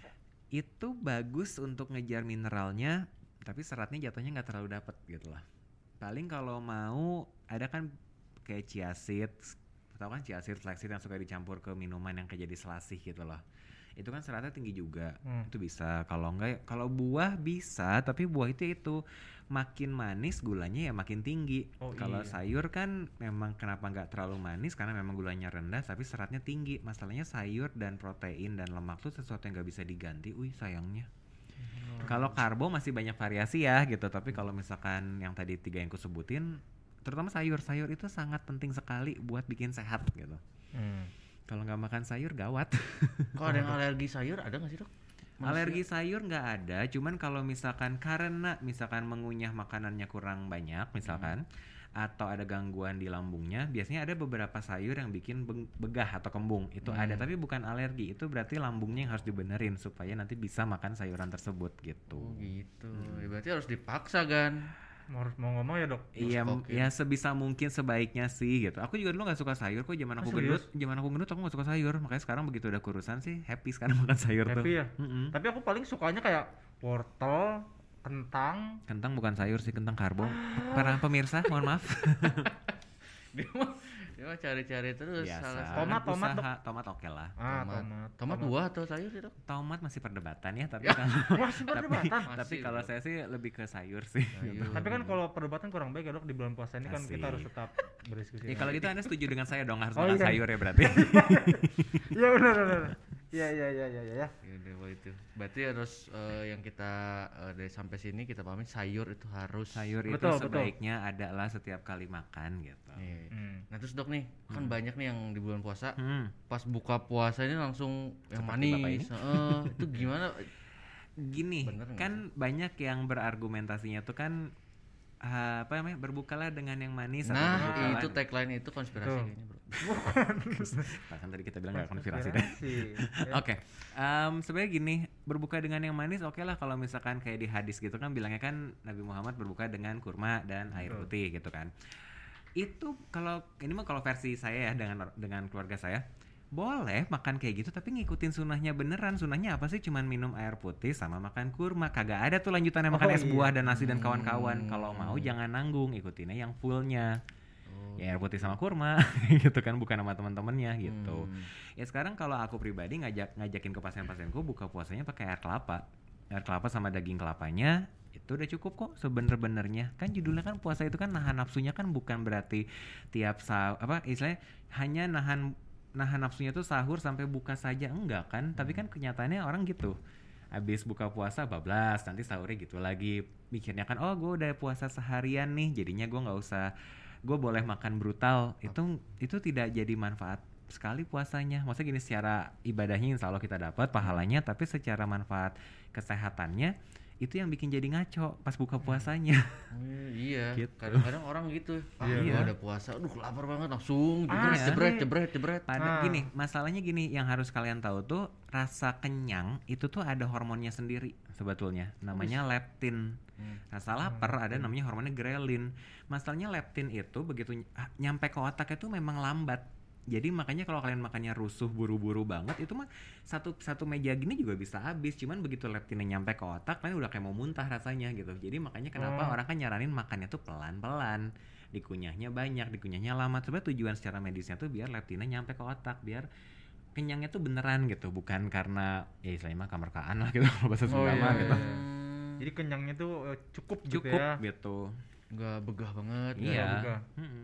Speaker 3: Itu bagus untuk ngejar mineralnya, tapi seratnya jatuhnya nggak terlalu dapet gitu lah. Paling kalau mau ada kan kayak chia seeds, tau kan chia seed, flaxseed yang suka dicampur ke minuman yang kayak jadi selasih gitu loh. Itu kan seratnya tinggi juga, itu bisa. Kalau enggak, kalau buah bisa, tapi buah itu makin manis gulanya ya makin tinggi. Kalau sayur kan memang kenapa nggak terlalu manis, karena memang gulanya rendah tapi seratnya tinggi. Masalahnya sayur dan protein dan lemak tuh sesuatu yang nggak bisa diganti. Sayangnya. Kalau karbo masih banyak variasi ya gitu, tapi kalau misalkan yang tadi 3 yang kusebutin, terutama sayur itu sangat penting sekali buat bikin sehat gitu. Kalau nggak makan sayur gawat.
Speaker 2: Kalau ada yang alergi sayur ada nggak sih dok?
Speaker 3: Alergi sayur nggak ada, cuman kalau misalkan karena misalkan mengunyah makanannya kurang banyak misalkan, atau ada gangguan di lambungnya, biasanya ada beberapa sayur yang bikin begah atau kembung. Itu ada, tapi bukan alergi. Itu berarti lambungnya yang harus dibenerin supaya nanti bisa makan sayuran tersebut gitu.
Speaker 2: Oh gitu. Ya, berarti harus dipaksa kan?
Speaker 1: Mau nggak mau ya dok.
Speaker 3: Iya, ya sebisa mungkin sebaiknya sih gitu. Aku juga dulu nggak suka sayur kok, zaman aku gendut aku nggak suka sayur. Makanya sekarang begitu udah kurusan sih happy sekarang makan sayur tuh.
Speaker 1: Happy ya. Tapi aku paling sukanya kayak wortel, kentang.
Speaker 3: Kentang bukan sayur sih, kentang karbo. Para pemirsa, mohon maaf.
Speaker 2: Dia mah cari-cari terus.
Speaker 3: Biasa. Tomat oke lah.
Speaker 2: Tomat buah atau sayur sih dok?
Speaker 3: Tomat masih perdebatan ya, tapi
Speaker 1: Masih perdebatan.
Speaker 3: tapi kalau saya sih lebih ke sayur sih.
Speaker 1: Tapi kan kalau perdebatan kurang baik ya dok, di bulan puasa ini kan kita harus tetap berdiskusi.
Speaker 3: Ya kalau gitu Anda setuju dengan saya dong, harus makan sayur ya berarti.
Speaker 1: Iya benar. Iya.
Speaker 2: Ya udah itu. Berarti harus yang kita dari sampai sini kita pahami sayur itu harus.
Speaker 3: Sayur itu sebaiknya ada lah setiap kali makan gitu.
Speaker 2: Nah terus dok nih, kan banyak nih yang di bulan puasa pas buka puasa ini langsung yang
Speaker 3: seperti
Speaker 2: manis. Itu gimana?
Speaker 3: Gini, kan banyak yang berargumentasinya tuh kan apa namanya, berbukalah dengan yang manis.
Speaker 2: Nah itu tagline itu konspirasi kayaknya bro.
Speaker 3: Kan tadi kita bilang gak konspirasi deh. Oke, sebenarnya gini, berbuka dengan yang manis oke lah. Kalau misalkan kayak di hadis gitu kan bilangnya kan Nabi Muhammad berbuka dengan kurma dan air putih gitu kan. Itu kalau ini mah kalau versi saya ya, dengan keluarga saya boleh makan kayak gitu, tapi ngikutin sunnahnya beneran. Sunnahnya apa sih? Cuman minum air putih sama makan kurma. Kagak ada tuh lanjutannya makan es buah dan nasi dan kawan-kawan. Kalau mau jangan nanggung, ikutinnya yang fullnya. Ya air putih sama kurma gitu kan, bukan sama teman-temannya gitu. Ya sekarang kalau aku pribadi ngajakin ke pasien-pasienku buka puasanya pakai air kelapa sama daging kelapanya. Itu udah cukup kok sebener-benernya. Kan judulnya kan puasa itu kan nahan nafsunya, kan bukan berarti tiap istilahnya hanya nahan nafsunya tuh sahur sampai buka saja, enggak kan. Tapi kan kenyataannya orang gitu, habis buka puasa bablas, nanti sahurnya gitu lagi. Mikirnya kan gue udah puasa seharian nih, jadinya gue boleh makan brutal. Itu tidak jadi manfaat sekali puasanya. Maksudnya gini, secara ibadahnya insya Allah kita dapat pahalanya, tapi secara manfaat kesehatannya itu yang bikin jadi ngaco pas buka puasanya.
Speaker 2: Iya gitu. Kadang-kadang orang gitu,
Speaker 3: iya.
Speaker 2: Udah puasa, aduh lapar banget, langsung jebret.
Speaker 3: Gini, masalahnya gini, yang harus kalian tahu tuh, rasa kenyang itu tuh ada hormonnya sendiri sebetulnya, namanya leptin. Rasa lapar ada namanya hormonnya ghrelin. Masalahnya leptin itu begitu nyampe ke otak itu memang lambat. Jadi makanya kalau kalian makannya rusuh buru-buru banget, itu mah satu meja gini juga bisa habis. Cuman begitu leptinnya nyampe ke otak, kalian udah kayak mau muntah rasanya gitu. Jadi makanya kenapa orang kan nyaranin makannya tuh pelan-pelan, dikunyahnya banyak, dikunyahnya lama. Sebenarnya tujuan secara medisnya tuh biar leptinnya nyampe ke otak, biar kenyangnya tuh beneran gitu, bukan karena ya istilahnya mah kamerkaan lah gitu, bahasa Sunda mah gitu.
Speaker 1: Jadi kenyangnya tuh cukup
Speaker 3: gitu.
Speaker 2: Nggak begah banget.
Speaker 3: Iya.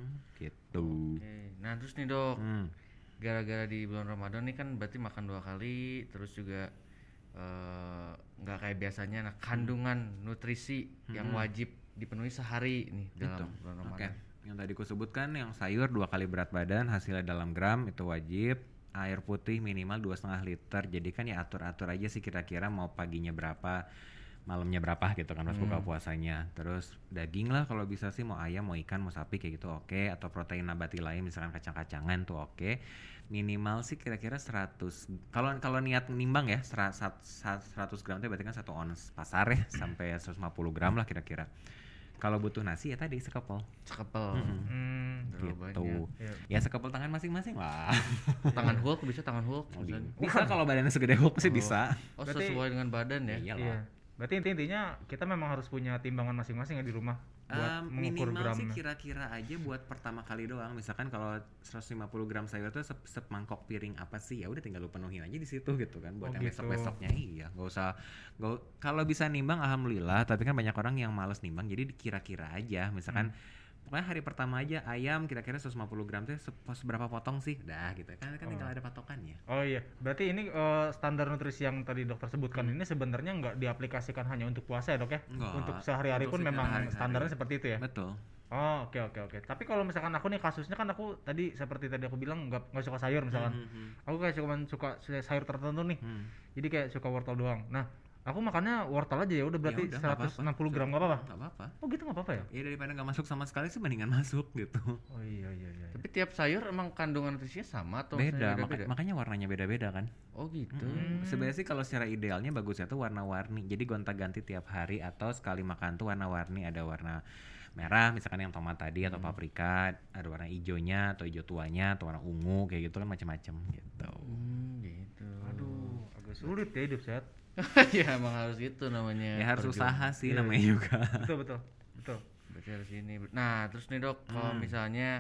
Speaker 3: Gitu.
Speaker 2: Nah terus nih dok, gara-gara di bulan Ramadan nih kan berarti makan 2 kali, terus juga nggak kayak biasanya. Nah kandungan nutrisi yang wajib dipenuhi sehari nih dalam bulan Ramadan.
Speaker 3: Yang tadi ku sebutkan, yang sayur 2 kali berat badan hasilnya dalam gram itu wajib. Air putih minimal 2,5 liter. Jadi kan ya atur-atur aja sih kira-kira mau paginya berapa, malamnya berapa gitu kan pas buka puasanya. Terus daging lah kalau bisa sih, mau ayam, mau ikan, mau sapi kayak gitu oke. Atau protein nabati lain misalkan kacang-kacangan tuh oke. Minimal sih kira-kira 100. Kalau niat nimbang ya 100 gram itu berarti kan 1 ons pasar ya, sampai 150 gram lah kira-kira. Kalau butuh nasi ya tadi sekepel. Gitu. Ya sekepel tangan masing-masing lah.
Speaker 2: Tangan Hulk bisa tangan Hulk.
Speaker 3: Bisa kalau badannya segede Hulk sih bisa.
Speaker 2: Oh, sesuai dengan badan ya.
Speaker 3: Iya.
Speaker 1: Berarti intinya kita memang harus punya timbangan masing-masing ya di rumah buat mengukur
Speaker 3: minimal
Speaker 1: gramnya.
Speaker 3: Sih kira-kira aja buat pertama kali doang. Misalkan kalau 150 gram sayur itu semangkok piring apa sih, ya udah tinggal lu penuhin aja di situ gitu kan. Buat yang besok-besoknya kalau bisa nimbang alhamdulillah, tapi kan banyak orang yang malas nimbang jadi dikira-kira aja. Misalkan pokoknya hari pertama aja ayam kira-kira 150 gram tuh seberapa potong sih, dah gitu kan tinggal ada patokannya.
Speaker 1: Oh iya, berarti ini standar nutrisi yang tadi dokter sebutkan ini sebenarnya nggak diaplikasikan hanya untuk puasa ya dok ya?
Speaker 3: Enggak.
Speaker 1: Untuk sehari-hari pun memang
Speaker 3: sehari-hari.
Speaker 1: standarnya seperti itu ya?
Speaker 3: Betul.
Speaker 1: Oh oke. Tapi kalau misalkan aku nih kasusnya kan aku tadi seperti tadi aku bilang nggak suka sayur misalkan. Aku kayak suka sayur tertentu nih. Jadi kayak suka wortel doang. Nah aku makannya wortel aja ya udah, berarti 160 gram nggak apa-apa?
Speaker 3: Nggak apa-apa.
Speaker 1: Oh gitu nggak apa-apa ya?
Speaker 3: Ya daripada nggak masuk sama sekali sih mendingan masuk gitu.
Speaker 1: Oh iya.
Speaker 2: Tapi tiap sayur emang kandungan nutrisinya sama atau
Speaker 3: Beda,
Speaker 2: beda-beda?
Speaker 3: makanya warnanya beda-beda kan.
Speaker 2: Oh gitu.
Speaker 3: Sebenarnya sih kalau secara idealnya bagusnya tuh warna-warni. Jadi gonta-ganti tiap hari atau sekali makan tuh warna-warni. Ada warna merah misalkan yang tomat tadi atau paprika, ada warna hijaunya atau hijau tuanya atau warna ungu kayak gitu kan macam-macam gitu.
Speaker 2: Gitu.
Speaker 1: Aduh agak sulit ya hidup sehat.
Speaker 2: Ya emang harus gitu namanya.
Speaker 3: Ya harus
Speaker 2: perjuangan.
Speaker 3: usaha sih namanya juga.
Speaker 1: Betul.
Speaker 2: Berarti harus ini. Nah terus nih dok, kalau misalnya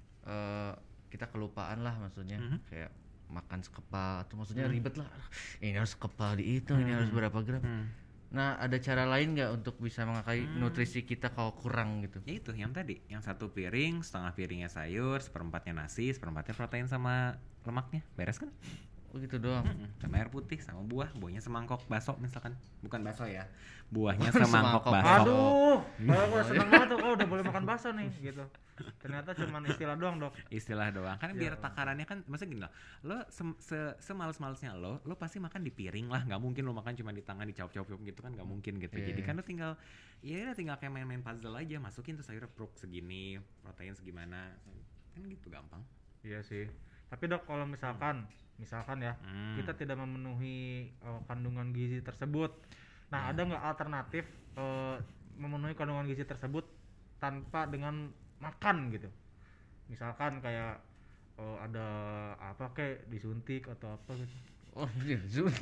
Speaker 2: kita kelupaan lah maksudnya kayak makan sekepal atau maksudnya ribet lah, ini harus sekepal dihitung, ini harus berapa gram. Nah ada cara lain nggak untuk bisa mengakai nutrisi kita kalau kurang gitu?
Speaker 3: Ya itu yang tadi, yang 1 piring, setengah piringnya sayur, seperempatnya nasi, seperempatnya protein sama lemaknya, beres kan?
Speaker 2: Oh gitu doang.
Speaker 3: Sama air putih, sama buahnya semangkok bakso misalkan, bukan bakso ya, buahnya semangkok bakso.
Speaker 1: Aduh, kalau gue seneng banget tuh, udah boleh makan bakso nih gitu. Ternyata cuman istilah doang dok.
Speaker 3: Istilah doang kan biar takarannya kan, maksudnya gini loh, lo semales-malesnya lo pasti makan di piring lah, nggak mungkin lo makan cuma di tangan dicaup-caup gitu kan, nggak mungkin gitu. Jadi kan lo tinggal kayak main-main puzzle aja, masukin tuh sayur segini, protein segimana, kan gitu gampang.
Speaker 1: Iya sih. Tapi dok kalau misalkan ya kita tidak memenuhi kandungan gizi tersebut, nah ada nggak alternatif memenuhi kandungan gizi tersebut tanpa dengan makan gitu? Misalkan kayak ada apa kayak disuntik atau apa gitu.
Speaker 2: Oh iya,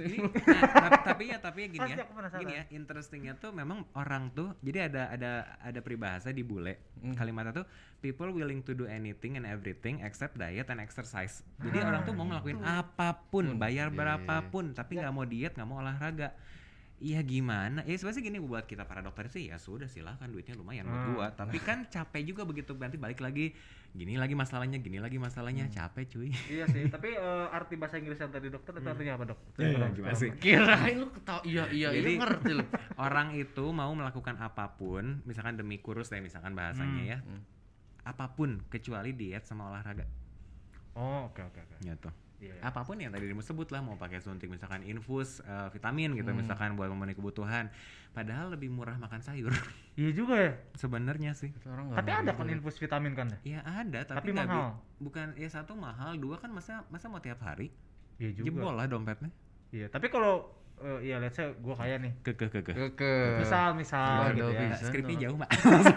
Speaker 3: tapi ya gini ya, interestingnya tuh memang orang tuh, jadi ada peribahasa di bule, kalimatnya tuh people willing to do anything and everything except diet and exercise. Jadi orang tuh mau ngelakuin apapun, bayar berapapun, tapi nggak mau diet, nggak mau olahraga. Iya gimana? Ya sebenarnya gini, buat kita para dokter sih ya sudah silahkan, duitnya lumayan buat gua. Tapi kan capek juga begitu, nanti balik lagi gini lagi masalahnya, capek cuy.
Speaker 1: Iya sih. Tapi arti bahasa Inggris yang tadi dokter itu artinya apa dok?
Speaker 3: Gimana sih?
Speaker 2: Kirain lu ketawa. Iya ngerti lu.
Speaker 3: Orang itu mau melakukan apapun, misalkan demi kurus deh misalkan bahasanya ya, apapun kecuali diet sama olahraga.
Speaker 1: Oh oke.
Speaker 3: Gitu. Apapun yang tadi disebut lah, mau pakai suntik misalkan infus vitamin gitu misalkan buat memenuhi kebutuhan, padahal lebih murah makan sayur.
Speaker 1: Iya juga ya
Speaker 3: sebenarnya sih.
Speaker 1: Tapi ada kan infus vitamin kan
Speaker 3: ya? Ada tapi
Speaker 1: mahal.
Speaker 3: Bukan ya, 1 mahal, 2 kan masa mau tiap hari.
Speaker 1: Iya juga.
Speaker 3: Jebol lah dompetnya.
Speaker 1: Iya tapi kalau let's say gue kaya nih. Misal gitu ya.
Speaker 3: Skripnya jauh mbak.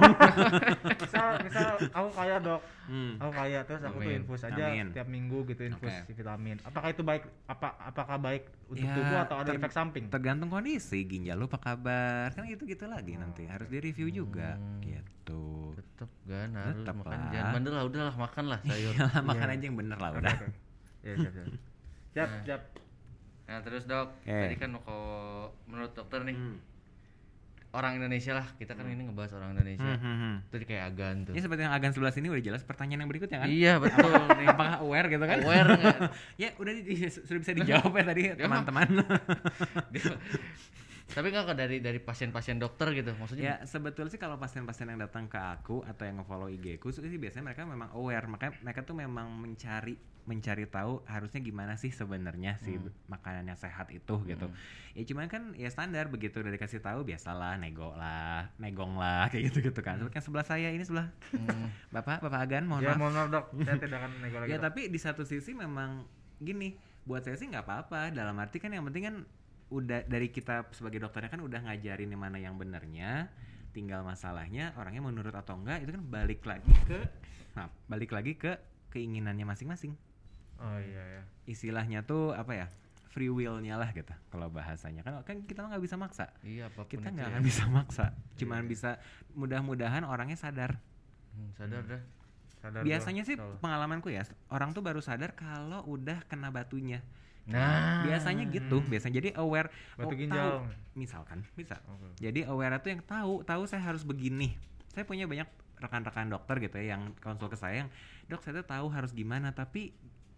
Speaker 1: misal aku kaya dok. Aku kaya terus aku tuh infus aja tiap minggu gitu, infus vitamin. Apakah itu baik? Apakah baik untuk tubuh atau ada efek samping?
Speaker 3: Tergantung kondisi ginjal lu apa kabar. Kan gitu lagi nanti. Harus di review juga gitu.
Speaker 2: Tetep kan harus makan, jangan bandel lah, udahlah makan lah sayur.
Speaker 3: Makan aja yang bener lah udah.
Speaker 1: Iya siap.
Speaker 2: Nah terus dok, tadi kan kalau menurut dokter nih, orang Indonesia lah, kita kan ini ngebahas orang Indonesia. Tadi kayak Agan tuh.
Speaker 3: Ini seperti yang Agan sebelah sini udah jelas pertanyaan yang berikutnya kan?
Speaker 2: Iya betul nih.
Speaker 3: Apakah aware gitu kan?
Speaker 2: Aware nggak?
Speaker 3: Ya udah sudah bisa dijawab ya tadi teman-teman.
Speaker 2: Tapi nggak dari pasien-pasien dokter gitu maksudnya?
Speaker 3: Ya sebetulnya sih kalau pasien-pasien yang datang ke aku atau yang nge-follow IG ku sih biasanya mereka memang aware, makanya mereka tuh memang mencari tahu harusnya gimana sih sebenarnya si makanan yang sehat itu gitu. Ya cuman kan ya standar begitu udah dikasih tahu biasalah negong lah kayak gitu kan. Seperti yang sebelah saya ini sebelah Bapak Agan mohon maaf.
Speaker 1: Ya mohon maaf dok, saya tidak akan nego lagi.
Speaker 3: Ya
Speaker 1: dok.
Speaker 3: tapi di satu sisi memang gini, buat saya sih nggak apa-apa. Dalam arti kan yang penting kan udah dari kita sebagai dokternya kan udah ngajarin yang mana yang benernya. Tinggal masalahnya orangnya mau nurut atau enggak itu kan balik lagi ke keinginannya masing-masing.
Speaker 1: Oh iya ya.
Speaker 3: Istilahnya tuh apa ya? Free will-nya lah gitu kalau bahasanya kan kita nggak bisa maksa.
Speaker 2: Iya, apapun
Speaker 3: Kita
Speaker 2: itu
Speaker 3: nggak
Speaker 2: ya.
Speaker 3: akan bisa maksa. Cuman bisa mudah-mudahan orangnya sadar.
Speaker 2: Sadar dah.
Speaker 1: Sadar
Speaker 3: Biasanya
Speaker 1: gua,
Speaker 3: sih
Speaker 1: tahu.
Speaker 3: pengalamanku ya orang tuh baru sadar kalau udah kena batunya.
Speaker 2: Nah,
Speaker 3: Biasanya gitu, biasanya jadi aware.
Speaker 1: Batu
Speaker 3: tahu,
Speaker 1: ginjal.
Speaker 3: misalkan, bisa.
Speaker 1: Oke.
Speaker 3: Jadi aware tuh yang tahu saya harus begini. Saya punya banyak rekan-rekan dokter gitu ya yang konsul ke saya yang dok saya tuh tahu harus gimana tapi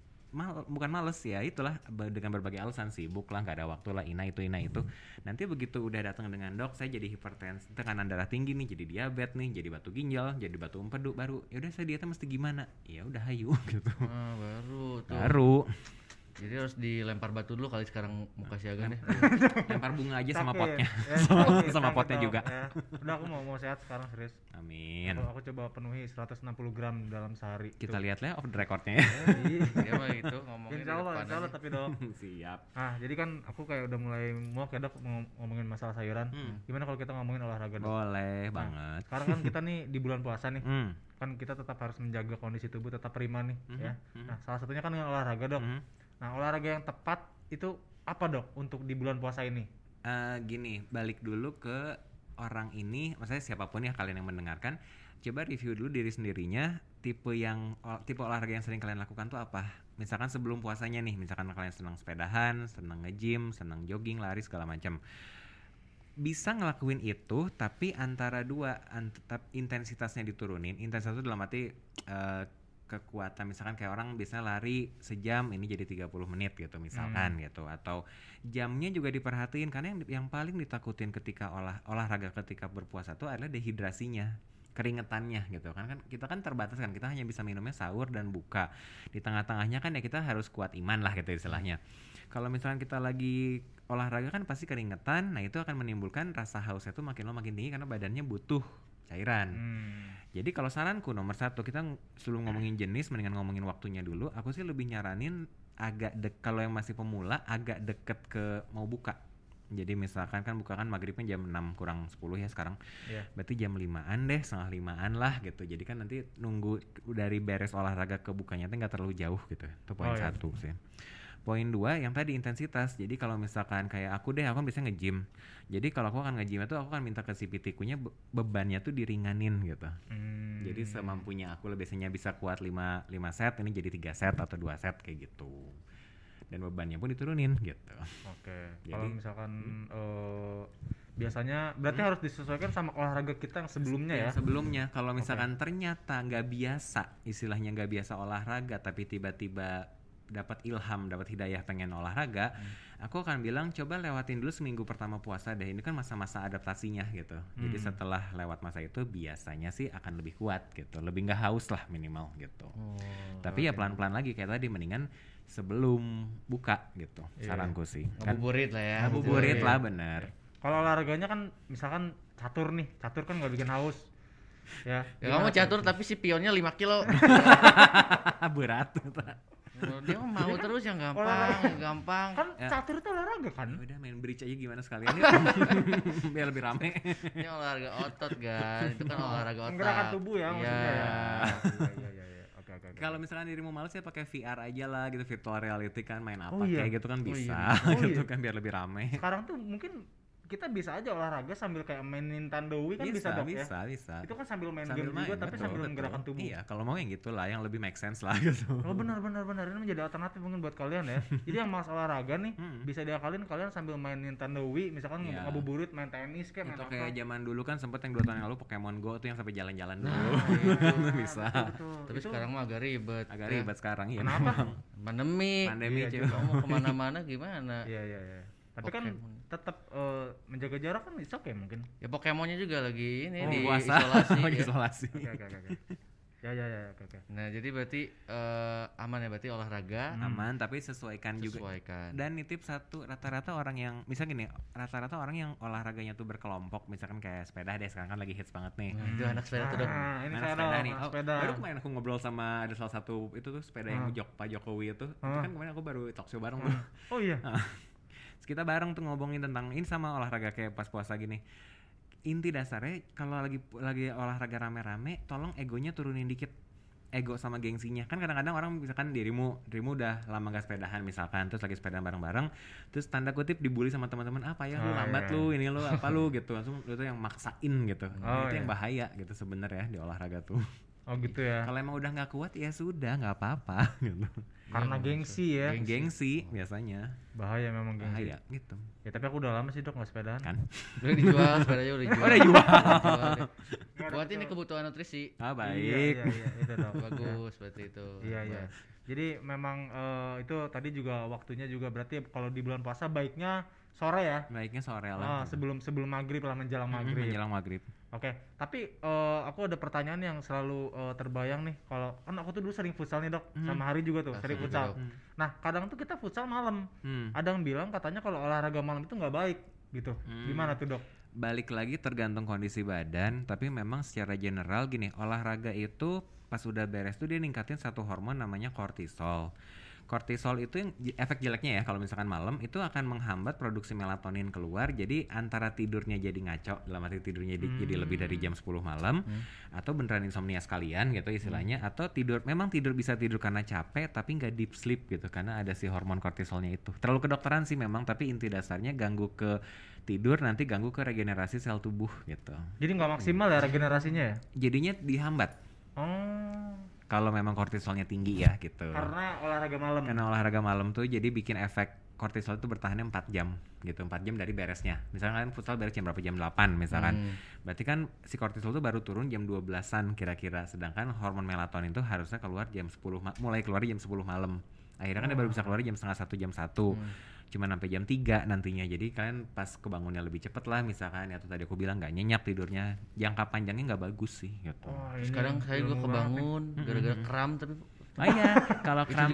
Speaker 3: bukan males ya itulah dengan berbagai alasan sibuk lah nggak ada waktu lah ina itu nanti begitu udah datang dengan dok saya jadi hipertensi tekanan darah tinggi nih jadi diabetes nih jadi batu ginjal jadi batu empedu baru ya udah saya dietnya mesti gimana ya udah hayu gitu
Speaker 2: baru tuh.
Speaker 3: baru
Speaker 2: Jadi harus dilempar batu dulu kali sekarang mau kasih Agan deh.
Speaker 3: lempar bunga aja sama
Speaker 1: Sakit.
Speaker 3: potnya
Speaker 1: Ya,
Speaker 3: sama
Speaker 1: sakit
Speaker 3: potnya
Speaker 1: dok.
Speaker 3: juga
Speaker 1: Ya. Udah aku mau sehat sekarang serius.
Speaker 3: amin
Speaker 1: Aku coba penuhi 160 gram dalam sehari.
Speaker 3: kita
Speaker 1: Tuh.
Speaker 3: lihat lah off the recordnya ya
Speaker 2: Dia mah itu ngomongin di
Speaker 1: Insya Allah
Speaker 2: depan.
Speaker 1: tapi dok.
Speaker 3: siap
Speaker 1: Nah jadi kan aku kayak udah mulai muak ya dok ngomongin masalah sayuran. Gimana kalau kita ngomongin olahraga dok?
Speaker 3: boleh banget
Speaker 1: Sekarang kan kita nih di bulan puasa nih.
Speaker 3: Hmm.
Speaker 1: Kan kita tetap harus menjaga kondisi tubuh tetap prima nih ya. Nah salah satunya kan dengan olahraga dok. Nah olahraga yang tepat itu apa dok untuk di bulan puasa ini?
Speaker 3: Gini, balik dulu ke orang ini, maksudnya siapapun ya kalian yang mendengarkan, coba review dulu diri sendirinya, tipe olahraga yang sering kalian lakukan tuh apa? Misalkan sebelum puasanya nih, misalkan kalian senang sepedahan, senang nge-gym, senang jogging, lari segala macam. Bisa ngelakuin itu, tapi antara dua, intensitasnya diturunin. Intensitas itu dalam arti kekuatan, misalkan kayak orang biasanya lari sejam ini jadi 30 menit gitu misalkan gitu, atau jamnya juga diperhatiin karena yang paling ditakutin ketika olahraga ketika berpuasa tuh adalah dehidrasinya, keringetannya gitu kan kita kan terbatas kan, kita hanya bisa minumnya sahur dan buka, di tengah-tengahnya kan ya kita harus kuat iman lah gitu istilahnya. Kalau misalkan kita lagi olahraga kan pasti keringetan, nah itu akan menimbulkan rasa hausnya tuh makin lama makin tinggi karena badannya butuh cairan. Jadi kalau saranku nomor 1, kita sebelum ngomongin jenis mendingan ngomongin waktunya dulu. Aku sih lebih nyaranin kalau yang masih pemula agak deket ke mau buka. Jadi misalkan kan buka kan maghribnya jam 6 kurang 10 ya sekarang. Berarti jam 5-an deh, setengah 5-an lah gitu. Jadi kan nanti nunggu dari beres olahraga ke bukanya tuh gak terlalu jauh gitu. Itu poin 1 sih. Poin 2 yang tadi intensitas. Jadi kalau misalkan kayak aku kan biasanya nge-gym. Jadi kalau aku akan nge-gym itu aku akan minta ke si PT-kunya bebannya tuh diringanin gitu. Jadi semampunya aku biasanya bisa kuat 5 set, ini jadi 3 set atau 2 set kayak gitu. Dan bebannya pun diturunin gitu.
Speaker 1: Oke. Kalau misalkan biasanya berarti harus disesuaikan sama olahraga kita yang sebelumnya ya.
Speaker 3: Sebelumnya kalau misalkan ternyata nggak biasa, istilahnya nggak biasa olahraga tapi tiba-tiba dapat ilham, dapat hidayah pengen olahraga, aku akan bilang coba lewatin dulu seminggu pertama puasa deh. Ini kan masa-masa adaptasinya gitu. Jadi setelah lewat masa itu biasanya sih akan lebih kuat gitu, lebih nggak haus lah minimal gitu. Tapi ya pelan-pelan lagi kayak tadi, mendingan sebelum buka gitu. Saranku sih.
Speaker 2: Ngabuburit lah ya.
Speaker 3: Ngabuburit lah bener.
Speaker 1: Kalau olahraganya kan misalkan catur kan nggak bikin haus. Ya
Speaker 2: Kamu catur tapi si pionnya 5 kilo.
Speaker 3: Berat.
Speaker 2: Dia mau terus yang gampang.
Speaker 1: Kan catur itu olahraga kan?
Speaker 3: Udah main bridge aja gimana sekalian ya. Biar lebih rame.
Speaker 2: Ini olahraga otot kan. Itu kan olahraga otot.
Speaker 1: Menggerakkan tubuh ya maksudnya ya. Iya. Oke.
Speaker 3: Kalau misalkan dirimu males ya pakai VR aja lah gitu, virtual reality kan main apa
Speaker 1: iya.
Speaker 3: kayak gitu kan bisa gitu kan biar lebih rame.
Speaker 1: Sekarang tuh mungkin kita bisa aja olahraga sambil kayak main Nintendo Wii kan bisa dok ya?
Speaker 3: Bisa.
Speaker 1: Itu kan sambil main game juga tapi sambil menggerakkan tubuh.
Speaker 3: Iya, kalau mau yang gitulah, yang lebih make sense lah gitu.
Speaker 1: Oh benar ini menjadi alternatif mungkin buat kalian ya. Jadi yang malas olahraga nih bisa diakalin kalian sambil main Nintendo Wii, misalkan ngabuburit main tenis kayak main
Speaker 3: itu
Speaker 1: apa.
Speaker 3: kayak zaman dulu kan sempet yang 2 tahun yang lalu Pokemon Go tuh yang sampai jalan-jalan dulu. Bisa.
Speaker 1: Betul.
Speaker 2: Tapi sekarang mah agak ribet.
Speaker 3: Agak ribet sekarang ya.
Speaker 1: Kenapa?
Speaker 2: Pandemi
Speaker 3: Iya,
Speaker 2: cuy. Kamu kemana-mana gimana?
Speaker 1: Iya. Tapi kan tetap menjaga jarak kan it's okay mungkin.
Speaker 2: Ya Pokemonnya juga lagi ini di
Speaker 3: puasa.
Speaker 2: isolasi.
Speaker 3: Oh,
Speaker 2: ya.
Speaker 3: isolasi.
Speaker 1: Oke. Ya, oke.
Speaker 2: Nah, jadi berarti aman ya, berarti olahraga
Speaker 3: Aman, tapi sesuaikan juga. Dan nitip satu, rata-rata orang yang rata-rata orang yang olahraganya tuh berkelompok, misalkan kayak sepeda deh, sekarang kan lagi hits banget nih.
Speaker 2: Itu anak sepeda tuh dong.
Speaker 1: Ini
Speaker 3: Anak
Speaker 1: saya
Speaker 3: sepeda
Speaker 1: dong,
Speaker 3: nih.
Speaker 1: anak sepeda.
Speaker 3: Baru kemarin aku ngobrol sama ada salah satu itu tuh sepeda yang Pak Jokowi itu. Itu kan kemarin aku baru talk show bareng tuh.
Speaker 1: Oh iya.
Speaker 3: Terus kita bareng tuh ngomongin tentang ini sama olahraga kayak pas puasa gini. Inti dasarnya kalau lagi olahraga rame-rame, tolong egonya turunin dikit. Ego sama gengsinya. Kan kadang-kadang orang misalkan dirimu udah lama gak sepedahan misalkan, terus lagi sepedaan bareng-bareng, terus tanda kutip dibully sama teman-teman, apa ya lu lambat lu, ini lu apa lu gitu. Langsung lu tuh yang maksain gitu. Itu yang bahaya gitu sebenarnya di olahraga tuh.
Speaker 1: Oh gitu ya.
Speaker 3: Kalau emang udah nggak kuat ya sudah nggak apa-apa gitu.
Speaker 1: Karena gengsi ya.
Speaker 3: Gengsi biasanya.
Speaker 1: Bahaya memang gengsi.
Speaker 3: Bahaya gitu.
Speaker 1: Ya tapi aku udah lama sih Dok nggak sepedaan.
Speaker 3: Kan?
Speaker 2: Udah dijual sepedanya udah dijual.
Speaker 3: Udah jual.
Speaker 2: Buat ini kebutuhan nutrisi.
Speaker 3: Baik.
Speaker 1: Iya itu Dok.
Speaker 2: Bagus seperti itu.
Speaker 1: Iya. Jadi memang itu tadi juga waktunya juga berarti kalau di bulan puasa baiknya sore ya.
Speaker 3: Baiknya sore lah.
Speaker 1: Sebelum maghrib lah, menjelang maghrib.
Speaker 3: Menjelang maghrib.
Speaker 1: Oke, tapi aku ada pertanyaan yang selalu terbayang nih. Kalau kan aku tuh dulu sering futsal nih Dok, sama Hari juga tuh sering futsal. Nah kadang tuh kita futsal malam. Ada yang bilang katanya kalau olahraga malam itu nggak baik gitu. Gimana tuh Dok?
Speaker 3: Balik lagi tergantung kondisi badan, tapi memang secara general gini, olahraga itu pas udah beres tuh dia ningkatin satu hormon namanya kortisol. Kortisol itu yang efek jeleknya ya kalau misalkan malam itu akan menghambat produksi melatonin keluar, jadi antara tidurnya jadi ngaco, dalam arti tidurnya jadi lebih dari jam 10 malam, atau beneran insomnia sekalian gitu istilahnya, atau memang bisa tidur karena capek tapi nggak deep sleep gitu karena ada si hormon kortisolnya itu. Terlalu kedokteran sih memang, tapi inti dasarnya ganggu ke tidur, nanti ganggu ke regenerasi sel tubuh gitu.
Speaker 1: Jadi nggak maksimal ya regenerasinya ya?
Speaker 3: Jadinya dihambat. Kalau memang kortisolnya tinggi ya gitu.
Speaker 1: Karena olahraga malam
Speaker 3: tuh jadi bikin efek kortisol itu bertahannya 4 jam gitu, 4 jam dari beresnya. Misalkan kalian futsal beres jam berapa? Jam 8 misalkan. Berarti kan si kortisol tuh baru turun jam 12-an kira-kira. Sedangkan hormon melatonin tuh harusnya keluar jam 10 mulai keluar jam 10 malam. Akhirnya kan dia baru bisa keluar jam setengah 1, jam 1. Cuma sampai jam 3 nantinya. Jadi kalian pas kebangunnya lebih cepet lah misalkan, atau tadi aku bilang nggak nyenyak tidurnya, jangka panjangnya nggak bagus sih gitu.
Speaker 2: Sekarang saya juga kebangun gara-gara kram, tapi
Speaker 3: iya, kalau kram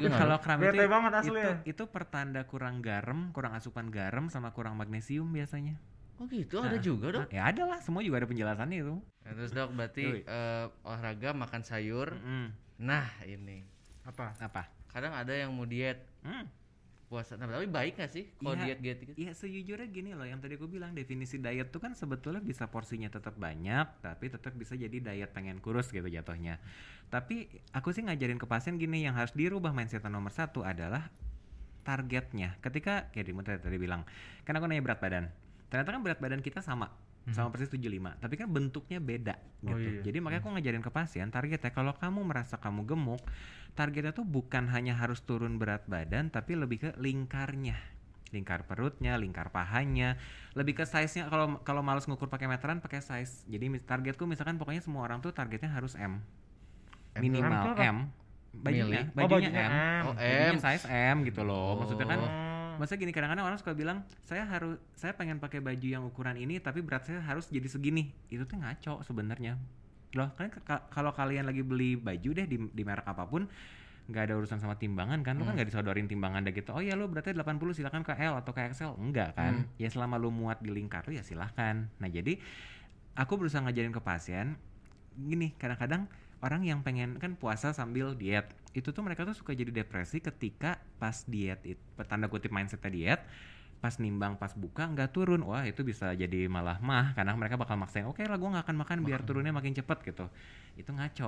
Speaker 1: itu
Speaker 3: itu pertanda kurang asupan garam sama kurang magnesium biasanya.
Speaker 2: Oh gitu, ada juga Dok?
Speaker 3: Ya ada lah, semua juga ada penjelasannya itu.
Speaker 2: Nah, terus Dok, berarti olahraga, makan sayur. Nah ini
Speaker 3: apa?
Speaker 2: Kadang ada yang mau diet. Puasa, nah, tapi baik gak sih kalau diet gitu?
Speaker 3: Iya, sejujurnya gini loh, yang tadi aku bilang definisi diet tuh kan sebetulnya bisa porsinya tetap banyak, tapi tetap bisa jadi diet pengen kurus gitu jatuhnya. Tapi aku sih ngajarin ke pasien gini, yang harus dirubah mindset nomor 1 adalah targetnya. Ketika kayak Dimu tadi bilang, kan aku nanya berat badan, ternyata kan berat badan kita sama persis 75, tapi kan bentuknya beda gitu. Jadi makanya aku ngajarin ke pasien targetnya, kalau kamu merasa kamu gemuk, targetnya tuh bukan hanya harus turun berat badan, tapi lebih ke lingkarnya, lingkar perutnya, lingkar pahanya, lebih ke size-nya. Kalau malas ngukur pakai meteran, pakai size. Jadi targetku misalkan pokoknya semua orang tuh targetnya harus M, minimal M. Bajunya M. Bajunya size M gitu loh. Maksudnya kan maksudnya gini, kadang-kadang orang suka bilang saya pengen pakai baju yang ukuran ini tapi berat saya harus jadi segini. Itu tuh ngaco sebenarnya. Loh, kan kalau kalian lagi beli baju deh di merek apapun, nggak ada urusan sama timbangan kan. Lu kan nggak disodorin timbangan deh gitu. Oh ya lu berarti 80, silakan ke L atau ke XL. Enggak kan. Ya selama lu muat di lingkar lu ya silakan. Nah, jadi aku berusaha ngajarin ke pasien gini, kadang-kadang orang yang pengen kan puasa sambil diet, itu tuh mereka tuh suka jadi depresi ketika pas diet itu, tanda kutip mindsetnya diet, pas nimbang pas buka nggak turun. Wah, itu bisa jadi malah karena mereka bakal maksain, oke lah gue nggak akan makan biar turunnya makin cepet gitu. Itu ngaco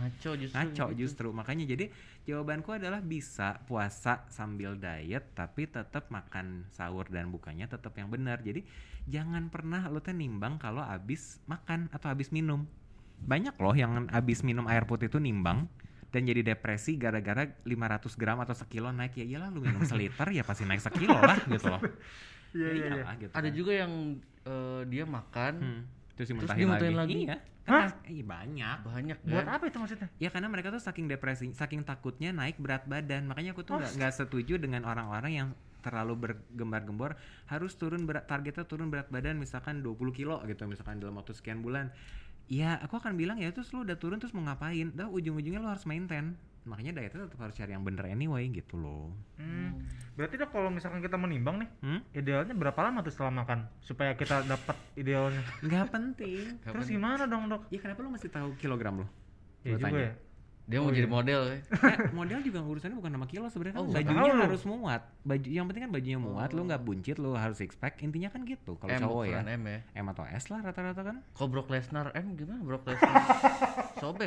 Speaker 3: justru. Makanya jadi jawabanku adalah bisa puasa sambil diet tapi tetap makan sahur dan bukanya tetap yang benar. Jadi jangan pernah lo tuh nimbang kalau abis makan atau abis minum. Banyak loh yang abis minum air putih itu nimbang dan jadi depresi gara-gara 500 gram atau sekilo naik. Ya iyalah, lu minum seliter ya pasti naik sekilo lah gitu loh.
Speaker 1: Iya.
Speaker 2: Gitu. Ada juga yang dia makan
Speaker 3: terus dimuntahin lagi.
Speaker 1: Iya.
Speaker 3: Banyak
Speaker 2: kan?
Speaker 1: Buat apa itu maksudnya?
Speaker 3: Ya karena mereka tuh saking depresi, saking takutnya naik berat badan. Makanya aku tuh nggak setuju dengan orang-orang yang terlalu bergembar-gembor, harus targetnya turun berat badan misalkan 20 kilo gitu misalkan dalam waktu sekian bulan. Ya aku akan bilang ya terus lu udah turun terus mau ngapain? Ujung-ujungnya lu harus maintain. Makanya dietnya tetap harus cari yang bener anyway gitu loh.
Speaker 1: Berarti dok kalau misalkan kita menimbang nih, idealnya berapa lama tuh setelah makan supaya kita dapat idealnya?
Speaker 3: Nggak penting.
Speaker 1: Terus gimana dong dok?
Speaker 3: Ya kenapa lu mesti tahu kilogram lu?
Speaker 1: Iya juga ya.
Speaker 2: Dia mau jadi model ya.
Speaker 3: Model juga urusannya bukan sama kilo sebenarnya.
Speaker 2: Oh,
Speaker 3: bajunya harus muat. Yang penting kan bajunya muat, lu nggak buncit, lu harus six pack. Intinya kan gitu. Kalau cowok ya.
Speaker 2: M ya.
Speaker 3: M atau S lah rata-rata kan.
Speaker 2: Kok Brock Lesnar M gimana Brock Lesnar? Sobek.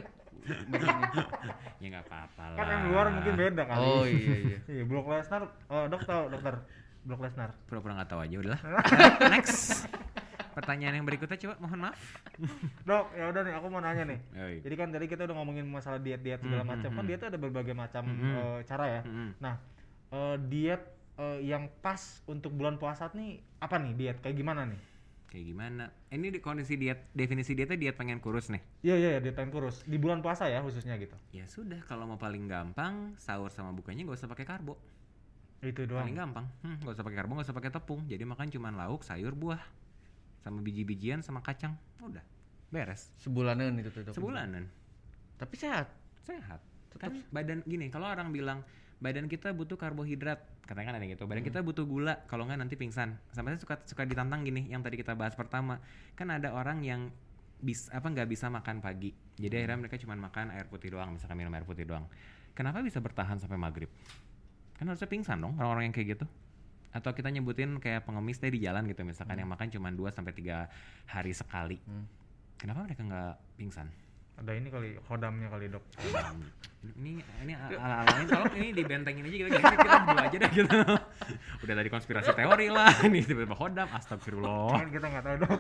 Speaker 3: Ya nggak apa-apa lah.
Speaker 1: Kan yang luar mungkin beda kali.
Speaker 2: Oh iya.
Speaker 1: Iya, Brock Lesnar. Dok tahu dokter Brock Lesnar.
Speaker 3: Pura-pura nggak tahu aja udahlah. Next. Pertanyaan yang berikutnya coba, mohon maaf.
Speaker 1: Dok, ya udah nih aku mau nanya nih.
Speaker 3: Oi.
Speaker 1: Jadi kan tadi kita udah ngomongin masalah diet segala macam. Kan diet tuh ada berbagai macam cara ya. Nah, diet yang pas untuk bulan puasa nih apa nih diet kayak gimana nih?
Speaker 3: Kayak gimana? Ini di kondisi diet, definisi dietnya diet pengen kurus nih.
Speaker 1: Iya, diet pengen kurus di bulan puasa ya khususnya gitu.
Speaker 3: Ya sudah, kalau mau paling gampang sahur sama bukanya gak usah pakai karbo.
Speaker 1: Itu doang.
Speaker 3: Paling gampang. Gak usah pakai karbo, gak usah pakai tepung. Jadi makan cuman lauk, sayur, buah. Sama biji-bijian sama kacang, udah beres.
Speaker 2: Sebulanan itu tuh.
Speaker 3: Sebulanan.
Speaker 2: Tapi sehat.
Speaker 3: Kan badan gini, kalau orang bilang badan kita butuh karbohidrat, katanya kan ada gitu. Badan kita butuh gula, kalau nggak nanti pingsan. Sampai saya suka ditantang gini, yang tadi kita bahas pertama. Kan ada orang yang nggak bisa makan pagi. Jadi akhirnya mereka cuma makan air putih doang, misalkan minum air putih doang. Kenapa bisa bertahan sampai maghrib? Kan harusnya pingsan dong orang-orang yang kayak gitu. Atau kita nyebutin kayak pengemis deh di jalan gitu misalkan yang makan cuma 2-3 hari sekali. Kenapa mereka nggak pingsan?
Speaker 1: Ada ini kali khodamnya kali dok.
Speaker 3: ini ala-alain tolong ini dibentengin aja kita berdua aja deh gitu. Udah tadi konspirasi teori lah ini tiba-tiba khodam, astagfirullah.
Speaker 1: Kan kita nggak tahu dok.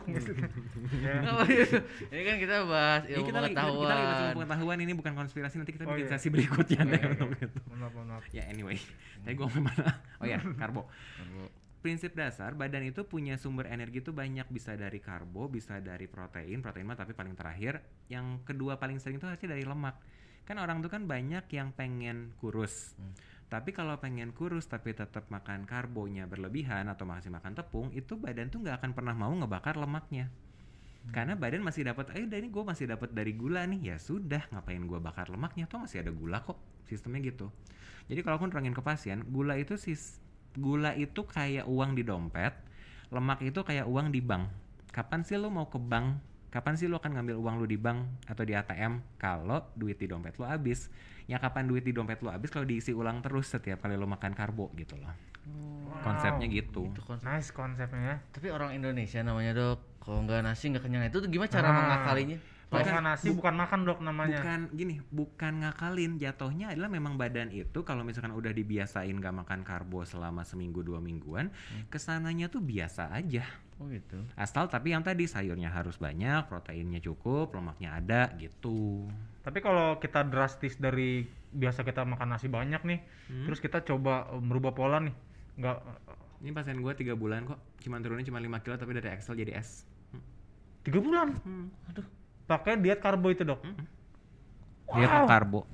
Speaker 2: Ini kan kita bahas ilmu pengetahuan.
Speaker 3: Kita lagi bahas pengetahuan, ini bukan konspirasi, nanti kita bikin sesi berikutnya deh untuk itu.
Speaker 1: Maaf.
Speaker 3: Ya anyway, tadi gua mau mana? Oh ya, karbo. Prinsip dasar badan itu punya sumber energi itu banyak, bisa dari karbo, bisa dari protein mah tapi paling terakhir yang kedua paling sering itu hasil dari lemak. Kan orang tuh kan banyak yang pengen kurus. Tapi kalau pengen kurus tapi tetap makan karbonya berlebihan atau masih makan tepung, itu badan tuh nggak akan pernah mau ngebakar lemaknya. Karena badan masih dapat, udah ini gue masih dapat dari gula nih, ya sudah ngapain gue bakar lemaknya, toh masih ada gula kok, sistemnya gitu. Jadi kalau aku nerangin ke pasien, gula itu kayak uang di dompet, lemak itu kayak uang di bank. Kapan sih lo mau ke bank? Kapan sih lo akan ngambil uang lo di bank atau di ATM? Kalau duit di dompet lo habis. Ya kapan duit di dompet lo habis? Kalau diisi ulang terus setiap kali lo makan karbo gitu loh. Konsepnya gitu.
Speaker 1: Nice konsepnya ya.
Speaker 2: Tapi orang Indonesia namanya dok, kalau nggak nasi nggak kenyang. Itu tuh gimana cara mengakalinya?
Speaker 1: Bukan nasi, bukan makan dok namanya.
Speaker 3: Bukan ngakalin, jatuhnya adalah memang badan itu kalau misalkan udah dibiasain gak makan karbo selama seminggu 2 mingguan, kesananya tuh biasa aja.
Speaker 2: Oh gitu.
Speaker 3: Asal tapi yang tadi sayurnya harus banyak, proteinnya cukup, lemaknya ada gitu.
Speaker 1: Tapi kalau kita drastis dari biasa kita makan nasi banyak nih, terus kita coba merubah pola nih, nggak?
Speaker 3: Ini pasien gue 3 bulan kok, turunnya cuma 5 kilo tapi dari XL jadi S.
Speaker 1: 3 bulan? Aduh. Pakai diet karbo itu dok?
Speaker 3: Diet no karbo.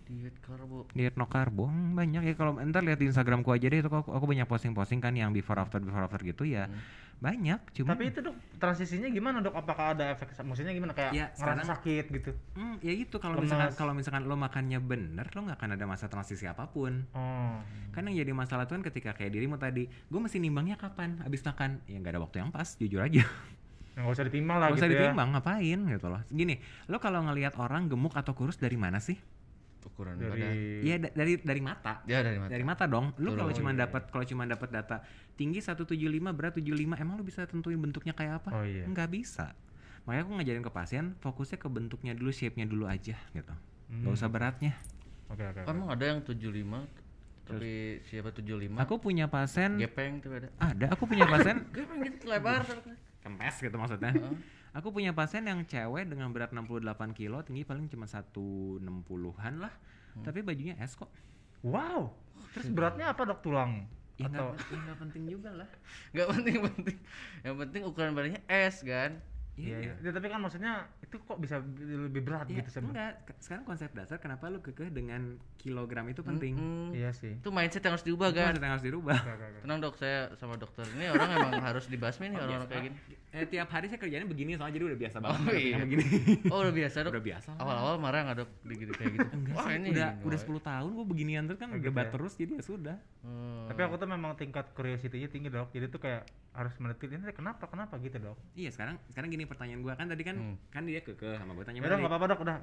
Speaker 2: Diet
Speaker 3: no karbo banyak ya, kalau entar lihat di Instagramku aja deh, itu aku banyak posting kan yang before after gitu ya. Banyak, cuma
Speaker 1: tapi itu dok transisinya gimana dok? Apakah ada efek, maksudnya gimana, kayak
Speaker 3: ya,
Speaker 1: ngerasa sakit gitu?
Speaker 3: Ya gitu, kalau misalkan lo makannya bener, lo nggak akan ada masa transisi apapun. Kan yang jadi masalah tuh kan ketika kayak dirimu tadi, gue mesti nimbangnya kapan habis makan, ya nggak ada waktu yang pas, jujur aja.
Speaker 1: Nggak usah ditimbang lah gitu ya.
Speaker 3: Nggak usah ditimbang, ngapain gitu loh. Gini, lo kalau ngelihat orang gemuk atau kurus dari mana sih?
Speaker 2: Ukuran badan.
Speaker 3: Iya dari mata.
Speaker 2: Ya dari mata.
Speaker 3: Dari mata dong. Lo kalau cuma dapat data tinggi 175, berat 75, emang lo bisa tentuin bentuknya kayak apa? Nggak bisa. Makanya aku ngajarin ke pasien, fokusnya ke bentuknya dulu, shape-nya dulu aja gitu. Nggak usah beratnya.
Speaker 1: Oke.
Speaker 2: Emang ada yang 75 tapi siapa 75?
Speaker 3: Aku punya pasien
Speaker 2: gepeng tuh ada.
Speaker 3: Ada, aku punya pasien
Speaker 2: gepeng gitu lebar
Speaker 3: kempes gitu maksudnya. Aku punya pasien yang cewek dengan berat 68 kilo, tinggi paling cuma 160-an lah. Tapi bajunya S kok.
Speaker 1: Wow. Terus beratnya apa dok, tulang?
Speaker 3: Ya nggak penting juga lah.
Speaker 2: Nggak penting. Yang penting ukuran badannya S kan.
Speaker 1: Iya. Ya, tapi kan maksudnya itu kok bisa lebih berat gitu
Speaker 3: sebenarnya. Enggak, sekarang konsep dasar kenapa lu kekeh dengan kilogram itu penting.
Speaker 1: Iya sih.
Speaker 2: Itu mindset yang harus diubah kan.
Speaker 3: Mindset yang harus dirubah.
Speaker 2: Tenang dok, saya sama dokter ini orang emang harus dibasmi nih orang-orang kayak gini.
Speaker 3: Tiap hari saya kerjanya begini soalnya jadi udah biasa banget.
Speaker 2: Begini. Udah biasa dok.
Speaker 3: Udah biasa.
Speaker 2: Awal-awal marah nggak dok gitu kayak gitu.
Speaker 3: Enggak sih, udah 10 tahun gua beginian terus kan debat terus jadi ya sudah.
Speaker 1: Tapi aku tuh memang tingkat curiosity-nya tinggi dok. Jadi tuh kayak harus meneliti ini kenapa gitu dok.
Speaker 3: Iya sekarang gini pertanyaan gua kan tadi kan dia kekeh sama gua tanya
Speaker 1: balik. Udah nggak apa-apa dok udah.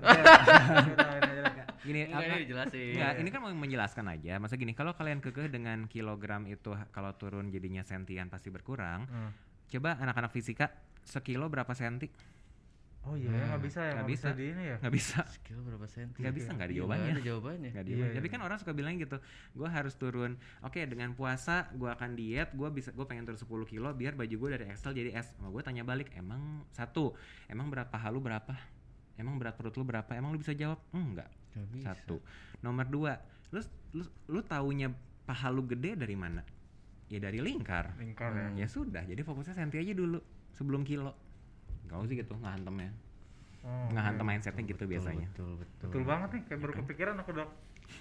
Speaker 3: Gini apa?
Speaker 2: Jelasin.
Speaker 3: Enggak, ini kan mau menjelaskan aja. Masa gini kalau kalian kekeh dengan kilogram itu kalau turun jadinya sentian pasti berkurang. Coba anak-anak fisika sekilo berapa senti?
Speaker 1: Oh iya, nggak bisa ya, nggak bisa di ini ya.
Speaker 3: Nggak bisa.
Speaker 2: Sekilo berapa senti?
Speaker 3: Nggak bisa, nggak ada jawabannya.
Speaker 2: Ada jawabannya.
Speaker 3: Nggak ada jawabannya. Tapi kan orang suka bilang gitu, gue harus turun. Oke, dengan puasa gue akan diet, gue pengen turun 10 kilo biar baju gue dari XL jadi S. Sama gue tanya balik, emang berat paha lu berapa? Emang berat perut lu berapa? Emang lu bisa jawab? Enggak. Satu. Nomor 2, lu taunya paha lu gede dari mana? Ya dari lingkar ya. Ya sudah, jadi fokusnya senti aja dulu sebelum kilo. Gak usah gitu ngehantemnya. Ngehantem mindsetnya gitu biasanya.
Speaker 1: Betul banget nih, kayak baru kepikiran aku dok.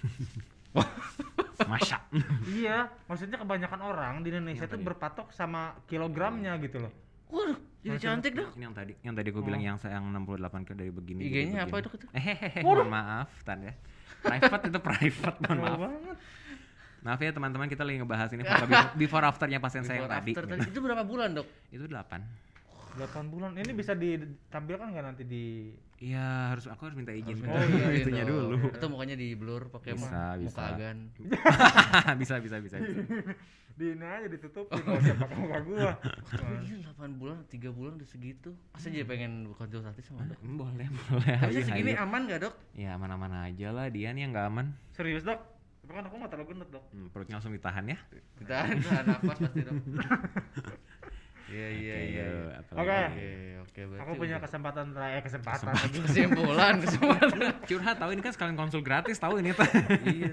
Speaker 3: Masya.
Speaker 1: Iya, maksudnya kebanyakan orang di Indonesia tuh berpatok sama kilogramnya gitu loh.
Speaker 2: Waduh, jadi cantik dok.
Speaker 3: Ini yang tadi gue bilang yang 68 dari begini.
Speaker 2: IG-nya apa itu?
Speaker 3: Mohon maaf, ya. Private itu private, mohon maaf. Maaf ya teman-teman, kita lagi ngebahas ini foto before afternya pasien saya yang tadi.
Speaker 2: Itu berapa bulan dok?
Speaker 3: Itu 8
Speaker 1: bulan. Ini bisa ditampilkan nggak nanti di?
Speaker 3: Iya, aku harus minta izin.
Speaker 2: Itunya dulu. Atau mukanya di blur pakai muka agan.
Speaker 3: bisa.
Speaker 2: Di
Speaker 1: ini aja ditutupin siapa muka gua.
Speaker 2: 8 bulan, 3 bulan udah segitu. Masa jadi pengen konsultasi sama dok?
Speaker 3: Boleh.
Speaker 2: Tapi segini aman nggak dok?
Speaker 3: Ya aman-aman aja lah, dia nih yang nggak aman.
Speaker 1: Serius dok? Tapi kan aku nggak terlalu gendut dok.
Speaker 3: Perutnya langsung ditahan ya?
Speaker 2: Tahan nafas pasti dok. Iya.
Speaker 1: Oke. Aku punya kesempatan
Speaker 2: kesimpulan.
Speaker 3: Curhat tahu ini kan sekalian konsul gratis tahu ini tuh.
Speaker 2: Iya.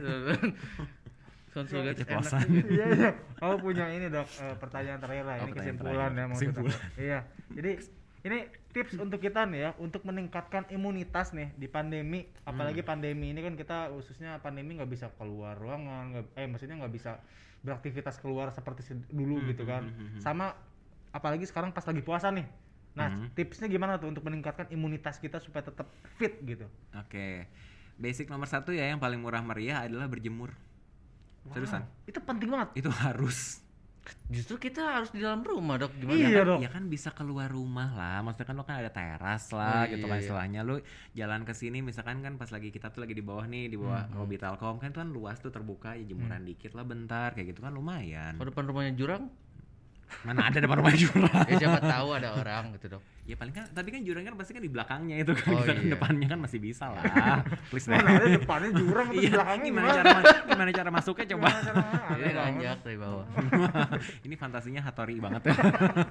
Speaker 2: Konsul gratis enak.
Speaker 1: Iya. Aku punya ini dok, pertanyaan terakhir lah. Ini kesimpulan ya maksud aku. Iya. Jadi ini tips untuk kita nih ya, untuk meningkatkan imunitas nih di pandemi, apalagi pandemi ini kan kita khususnya pandemi nggak bisa keluar ruangan, maksudnya nggak bisa beraktivitas keluar seperti dulu gitu kan. Sama apalagi sekarang pas lagi puasa nih. Nah, tipsnya gimana tuh untuk meningkatkan imunitas kita supaya tetap fit gitu?
Speaker 3: Oke. Basic nomor 1 ya yang paling murah meriah adalah berjemur. Seriusan?
Speaker 1: Itu penting banget.
Speaker 3: Itu harus.
Speaker 2: Justru kita harus di dalam rumah dok, gimana?
Speaker 1: Iya dok.
Speaker 3: Ya kan bisa keluar rumah lah, maksudnya kan lo kan ada teras lah gitu kan istilahnya. Lo jalan ke sini misalkan kan pas lagi kita tuh lagi di bawah lobby Telkom kan luas tuh terbuka, ya jemuran dikit lah bentar kayak gitu kan lumayan.
Speaker 2: Kalau depan rumahnya jurang?
Speaker 3: Mana ada depan rumah jurang?
Speaker 2: Ya siapa tahu ada orang gitu dok.
Speaker 3: Ya paling kan, tapi kan jurang kan pasti kan di belakangnya itu kan, kita kan depannya kan masih bisa lah. Please deh.
Speaker 1: Mana ada depannya jurang atau belakangnya
Speaker 3: gimana cara masuknya coba?
Speaker 2: Ini nanjak dari bawah.
Speaker 3: Ini fantasinya Hattori banget ya.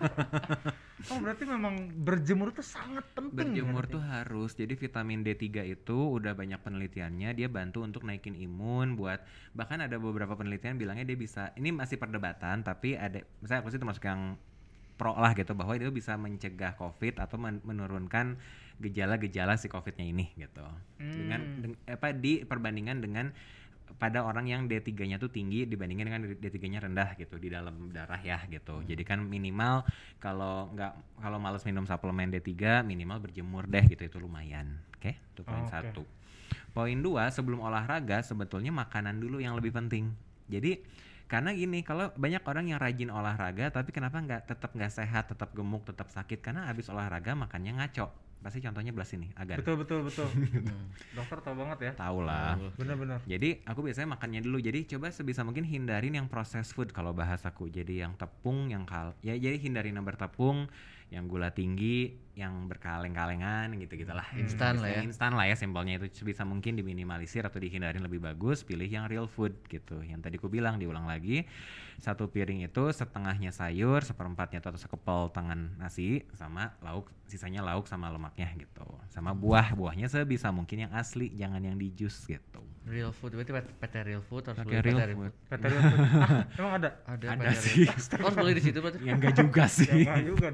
Speaker 1: Oh berarti memang berjemur itu sangat penting.
Speaker 3: Berjemur tuh harus. Jadi vitamin D3 itu udah banyak penelitiannya, dia bantu untuk naikin imun buat, bahkan ada beberapa penelitian bilangnya dia bisa, ini masih perdebatan tapi ada, misalnya aku sih termasuk yang pro lah gitu, bahwa itu bisa mencegah COVID atau menurunkan gejala-gejala si COVID-nya ini gitu. Dengan di perbandingan dengan pada orang yang D3-nya tuh tinggi dibandingkan dengan D3-nya rendah gitu di dalam darah ya gitu. Jadi kan minimal kalau malas minum suplemen D3 minimal berjemur deh gitu, itu lumayan. Oke, itu poin 1. Poin 2, sebelum olahraga sebetulnya makanan dulu yang lebih penting. Jadi karena gini, kalau banyak orang yang rajin olahraga tapi kenapa tetap nggak sehat, tetap gemuk, tetap sakit, karena habis olahraga makannya ngaco. Pasti contohnya belas ini, agan.
Speaker 1: Betul. Dokter tahu banget ya.
Speaker 3: Tahu lah.
Speaker 1: Benar.
Speaker 3: Jadi aku biasanya makannya dulu. Jadi coba sebisa mungkin hindarin yang processed food kalau bahasaku. Jadi yang tepung, jadi hindarin yang bertepung, yang gula tinggi, yang berkaleng-kalengan gitu-gitulah.
Speaker 2: Instan
Speaker 3: lah ya simpelnya, itu sebisa mungkin diminimalisir atau dihindarin lebih bagus. Pilih yang real food gitu. Yang tadi aku bilang, diulang lagi. 1 piring itu setengahnya sayur, 1/4-nya atau sekepal tangan nasi, sama lauk, sisanya lauk sama lemaknya gitu. Sama buahnya sebisa mungkin yang asli, jangan yang di jus gitu.
Speaker 2: Real food, berarti PT Real Food harus
Speaker 3: beli PT Real Food.
Speaker 1: Emang ada?
Speaker 3: Ada sih.
Speaker 2: Harus beli di situ berarti?
Speaker 3: Ya enggak juga sih.
Speaker 1: Ya enggak juga dong.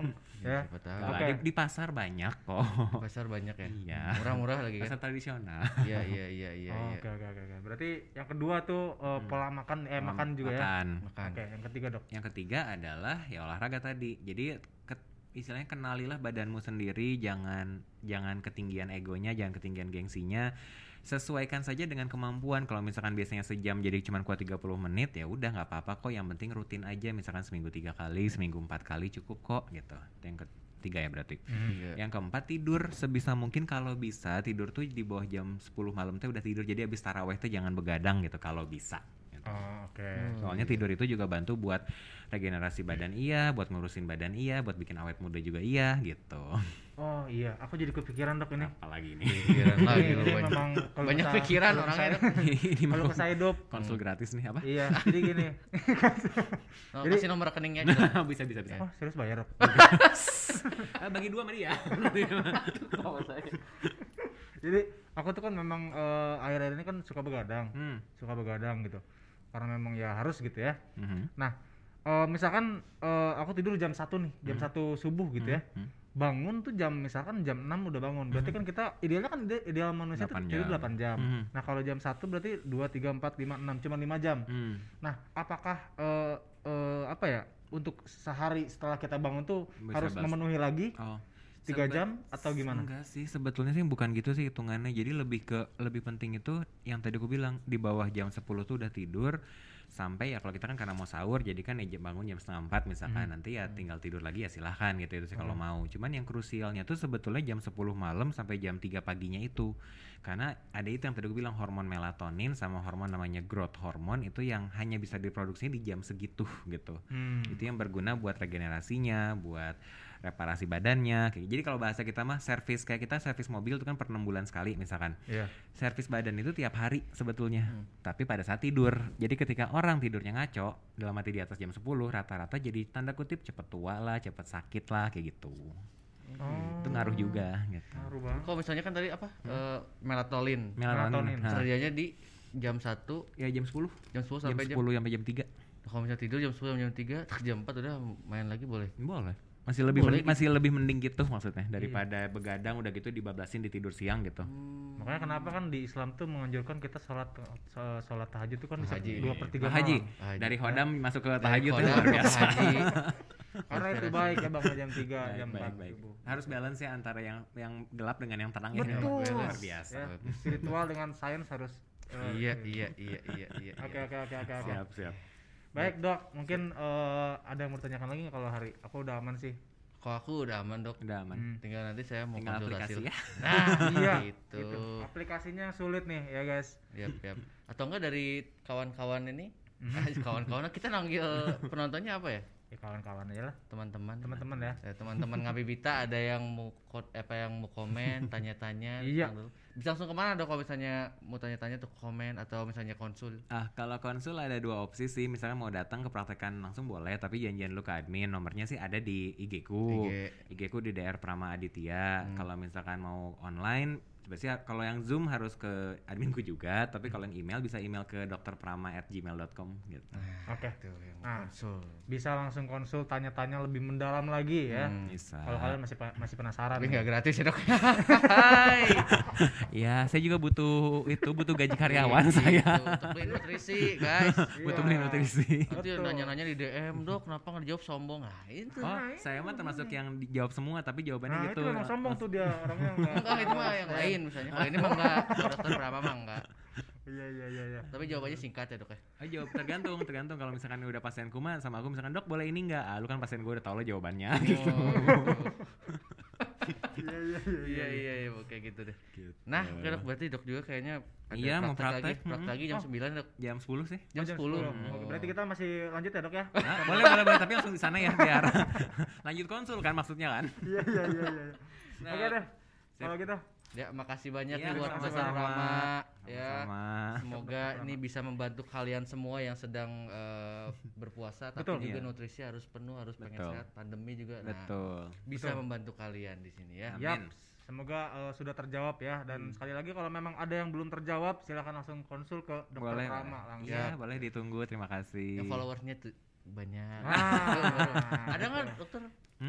Speaker 1: Ya.
Speaker 2: Siapa tahu.
Speaker 3: Oke. Di pasar banyak kok.
Speaker 2: Pasar banyak ya.
Speaker 3: Iya.
Speaker 2: Murah-murah lagi kan.
Speaker 3: Pasar tradisional.
Speaker 2: Iya.
Speaker 1: Oke. Berarti yang kedua tuh pola makan makan juga
Speaker 3: makan.
Speaker 2: Makan.
Speaker 1: Oke, yang ketiga dok.
Speaker 3: Yang ketiga adalah ya olahraga tadi. Jadi istilahnya kenalilah badanmu sendiri, jangan ketinggian egonya, jangan ketinggian gengsinya. Sesuaikan saja dengan kemampuan. Kalau misalkan biasanya sejam jadi cuma kuat 30 menit ya udah nggak apa-apa kok, yang penting rutin aja, misalkan seminggu 3 kali, seminggu 4 kali cukup kok gitu. Yang ketiga ya berarti. Yang keempat, tidur sebisa mungkin. Kalau bisa tidur tuh di bawah jam 10 malam tuh udah tidur, jadi habis taraweh tuh jangan begadang gitu kalau bisa gitu.
Speaker 1: Oke.
Speaker 3: Soalnya tidur itu juga bantu buat regenerasi badan iya, buat ngurusin badan iya, buat bikin awet muda juga iya gitu.
Speaker 1: Oh iya, aku jadi kepikiran dok ini.
Speaker 3: Apalagi ini.
Speaker 2: Pikiran lagi lu
Speaker 1: Ini
Speaker 2: banyak.
Speaker 1: memang
Speaker 2: Banyak pikiran orangnya.
Speaker 1: Kalau ke saya dok,
Speaker 3: Konsul gratis nih apa?
Speaker 1: iya. Jadi gini.
Speaker 2: Oh,
Speaker 1: Jadi-
Speaker 2: kasih nomor rekeningnya aja.
Speaker 3: bisa.
Speaker 1: Oh serius bayar dok?
Speaker 3: Bagi 2 sama dia.
Speaker 1: Jadi aku tuh kan memang akhir-akhir ini kan suka begadang, gitu. Karena memang ya harus gitu ya. Nah, misalkan aku tidur jam 1 nih, jam 1 subuh gitu ya. Bangun tuh misalkan jam 6 udah bangun. Berarti kan kita idealnya kan ideal manusia tuh
Speaker 3: 8
Speaker 1: tidur
Speaker 3: jam.
Speaker 1: 8 jam. Nah, kalau jam 1 berarti 2 3 4 5 6 cuma 5 jam. Nah, apakah apa ya? Untuk sehari setelah kita bangun tuh
Speaker 3: Bisa
Speaker 1: harus
Speaker 3: balas.
Speaker 1: memenuhi lagi 3 jam atau gimana?
Speaker 3: Enggak sih, sebetulnya sih bukan gitu sih hitungannya. Jadi lebih penting itu yang tadi aku bilang, di bawah jam 10 tuh udah tidur. Sampai ya kalau kita kan karena mau sahur jadi kan ya bangun jam 3:30 misalkan, nanti ya tinggal tidur lagi ya silahkan gitu itu sih kalau mau. Cuman yang krusialnya tuh sebetulnya jam 10 malam sampai jam 3 paginya itu, karena ada itu yang tadi aku bilang, hormon melatonin sama hormon namanya growth hormone itu yang hanya bisa diproduksi di jam segitu gitu. Itu yang berguna buat regenerasinya, buat reparasi badannya. Jadi kalau bahasa kita mah servis, kayak kita servis mobil itu kan per 6 bulan sekali misalkan.
Speaker 1: Iya.
Speaker 3: Servis badan itu tiap hari sebetulnya, tapi pada saat tidur. Jadi ketika orang tidurnya ngaco, dalam arti di atas jam 10, rata-rata jadi tanda kutip cepet tua lah, cepet sakit lah, kayak gitu. Itu ngaruh juga gitu.
Speaker 1: Ngaruh banget.
Speaker 2: Kok misalnya kan tadi apa? Melatonin.
Speaker 1: Melatonin.
Speaker 3: Nah,
Speaker 2: Kerjanya di jam 1,
Speaker 3: ya jam 10.
Speaker 2: jam 10
Speaker 3: Jam
Speaker 2: sampai
Speaker 3: 10
Speaker 2: jam.
Speaker 3: sampai jam 3.
Speaker 2: Kalau misalnya tidur jam 10 sampai jam 3, jam 4 udah main lagi boleh.
Speaker 3: Boleh. Masih lebih
Speaker 2: Boleh
Speaker 3: mending, masih lebih mending gitu maksudnya daripada begadang udah gitu dibablasin di tidur siang gitu.
Speaker 1: Makanya kenapa kan di Islam tuh menganjurkan kita sholat tahajud tuh kan bisa
Speaker 2: Tahajud.
Speaker 1: 2/3
Speaker 3: Haji.
Speaker 2: Haji.
Speaker 3: Dari Hodam masuk ke
Speaker 2: Dari
Speaker 3: tahajud itu
Speaker 2: Kodam
Speaker 3: luar
Speaker 2: ke
Speaker 3: biasa.
Speaker 2: Haji.
Speaker 1: Karena itu baik ya bangun jam 3, jam 4
Speaker 3: Baik.
Speaker 1: subuh.
Speaker 3: Harus balance ya antara yang gelap dengan yang terang ya.
Speaker 1: Betul.
Speaker 3: Luar biasa.
Speaker 1: Ya, spiritual dengan sains harus
Speaker 2: Iya.
Speaker 1: Oke.
Speaker 3: Siap.
Speaker 1: Baik dok, mungkin ada yang mau ditanyakan lagi nggak kalau hari? Aku udah aman sih.
Speaker 2: Kalau aku udah aman dok.
Speaker 3: Udah aman.
Speaker 2: Tinggal nanti saya mau
Speaker 3: Tinggal
Speaker 2: konsultasi.
Speaker 3: aplikasi ya.
Speaker 2: Nah,
Speaker 1: Iya.
Speaker 2: gitu.
Speaker 1: Aplikasinya sulit nih ya guys.
Speaker 2: Yap. Atau enggak dari kawan-kawan ini? Kawan-kawan kita nanggil penontonnya apa ya?
Speaker 1: Ya kawan-kawan aja lah.
Speaker 2: Teman-teman
Speaker 1: ya.
Speaker 2: Teman-teman Ngabibita ada yang mau mau komen, tanya-tanya.
Speaker 1: Iya.
Speaker 2: Bisa langsung kemana dok kalau misalnya mau tanya-tanya tuh komen atau misalnya konsul?
Speaker 3: Kalau konsul ada 2 opsi sih. Misalnya mau datang ke praktekan langsung boleh, tapi janjian lu ke admin. Nomornya sih ada di IG ku. IG ku di DR Prama Aditya. Kalau misalkan mau online, sebenarnya kalau yang Zoom harus ke adminku juga, tapi kalau yang email bisa email ke drprama@gmail.com gitu.
Speaker 2: Oke. Tuh yang
Speaker 1: Nah,
Speaker 2: konsul.
Speaker 1: bisa langsung konsul, tanya-tanya lebih mendalam lagi ya.
Speaker 3: Bisa.
Speaker 1: Kalau kalian masih penasaran.
Speaker 2: Tapi
Speaker 1: nih.
Speaker 2: nggak gratis ya dok.
Speaker 3: Ya, saya juga butuh gaji karyawan saya.
Speaker 2: Untuk beli nutrisi guys.
Speaker 3: Butuh beli nutrisi.
Speaker 2: Nanti nanya-nanya di DM dok, kenapa nggak dijawab sombong? Nah itu.
Speaker 3: Saya mah termasuk yang dijawab semua, tapi jawabannya
Speaker 1: Nah,
Speaker 3: gitu.
Speaker 1: itu emang sombong tuh dia orangnya
Speaker 2: Enggak, itu mah yang lain misalnya. Kalau ini mah enggak, kalau dokter Prama mah enggak.
Speaker 1: Iya.
Speaker 2: Tapi jawabannya singkat ya dok ya.
Speaker 3: Jawab tergantung kalau misalkan udah pasienku mah sama aku misalkan, "Dok, boleh ini enggak?" Lu kan pasien gue udah tau lo jawabannya gitu.
Speaker 2: Iya, oke gitu deh. Nah, oke dok, berarti dok juga kayaknya ada
Speaker 3: Iya, mau praktek.
Speaker 2: Praktek lagi jam 9 dok.
Speaker 3: Jam 10 sih.
Speaker 2: Jam 10.
Speaker 1: Oke, berarti kita masih lanjut ya dok ya?
Speaker 3: Boleh, tapi langsung di sana ya biar lanjut konsul kan maksudnya kan.
Speaker 1: Iya.
Speaker 3: Nah,
Speaker 1: Oke deh. Kalau gitu.
Speaker 2: Ya, makasih banyak
Speaker 3: Iya,
Speaker 2: nih buat
Speaker 3: sama-sama.
Speaker 2: Dokter Prama ya.
Speaker 3: Sama.
Speaker 2: Semoga ini bisa membantu kalian semua yang sedang berpuasa tapi
Speaker 1: Betul.
Speaker 2: juga
Speaker 3: Iya.
Speaker 2: nutrisi harus penuh, harus pengen
Speaker 3: Betul.
Speaker 2: sehat, pandemi juga. Nah,
Speaker 3: Betul.
Speaker 2: bisa
Speaker 1: Betul.
Speaker 2: membantu kalian di sini ya.
Speaker 3: Amin.
Speaker 1: Yap. Semoga sudah terjawab ya, dan sekali lagi kalau memang ada yang belum terjawab silahkan langsung konsul ke Dokter
Speaker 3: Boleh.
Speaker 1: Prama langsung.
Speaker 3: Iya, boleh ditunggu. Terima kasih.
Speaker 2: Yang followersnya tuh banyak.
Speaker 1: Ah.
Speaker 2: Ada nggak dokter?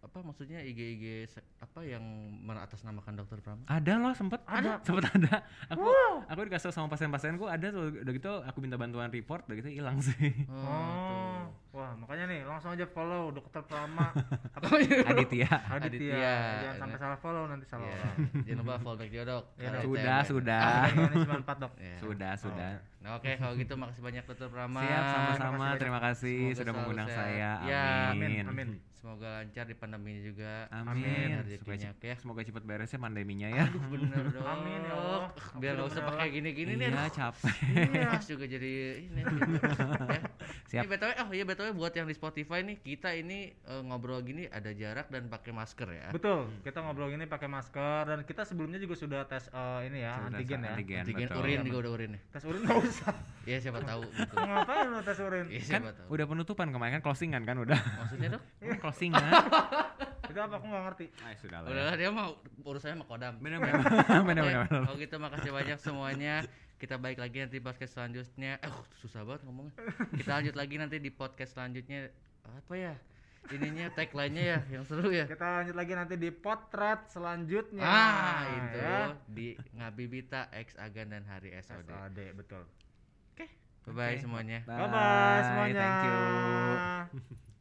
Speaker 2: apa maksudnya IG apa yang mengatasnamakan dokter Prama?
Speaker 3: Ada loh, sempet ada. Aku dikasih sama pasien-pasienku ada tuh, udah gitu aku minta bantuan report, udah gitu hilang sih.
Speaker 1: Oh, wah makanya nih langsung aja follow dokter Prama.
Speaker 3: Aditya.
Speaker 1: Jangan sampai salah follow nanti salah orang.
Speaker 2: Jangan lupa follow back dia dok.
Speaker 3: Sudah.
Speaker 1: Ini 94 dok.
Speaker 3: Sudah.
Speaker 2: Nah oke, kalau gitu makasih banyak dokter Prama.
Speaker 3: Siap, sama-sama. Terima kasih sudah mengundang saya.
Speaker 1: Amin.
Speaker 2: Semoga lancar di pandeminya juga.
Speaker 3: Amin. Semoga cepat beresnya pandeminya ya.
Speaker 2: Aduh bener dong.
Speaker 1: Amin ya Allah.
Speaker 2: Biar nggak usah pakai gini-gini nih.
Speaker 3: Iya capek.
Speaker 2: Mas juga jadi ini. Ya.
Speaker 3: Siap.
Speaker 2: Ini BTW buat yang di Spotify nih, kita ini ngobrol gini ada jarak dan pakai masker ya.
Speaker 1: Betul. Kita ngobrol gini pakai masker dan kita sebelumnya juga sudah tes ini ya, antigen ya.
Speaker 2: Antigen urin juga udah urin ya.
Speaker 1: Tes urin enggak usah.
Speaker 2: Iya siapa tahu gitu.
Speaker 1: Ngapain lu tes urin?
Speaker 2: Iya
Speaker 3: Kan
Speaker 2: siapa tahu.
Speaker 3: udah penutupan kemarin kan, closingan kan udah.
Speaker 2: Maksudnya dok?
Speaker 3: Closingan.
Speaker 1: Itu apa aku nggak ngerti.
Speaker 3: Sudahlah.
Speaker 2: Udahlah dia mau urusannya sama Kodam.
Speaker 3: Benar.
Speaker 2: Kalau gitu makasih banyak semuanya. Kita balik lagi nanti podcast selanjutnya. Susah banget ngomongnya. Kita lanjut lagi nanti di podcast selanjutnya. Apa ya? Ininya tagline-nya ya yang seru ya.
Speaker 1: Kita lanjut lagi nanti di potret selanjutnya.
Speaker 2: Itu
Speaker 1: ya.
Speaker 2: di Ngabibita X Agan dan Hari SOD.
Speaker 1: Betul.
Speaker 2: Oke. Bye bye semuanya.
Speaker 1: Bye bye semuanya.
Speaker 3: Thank you.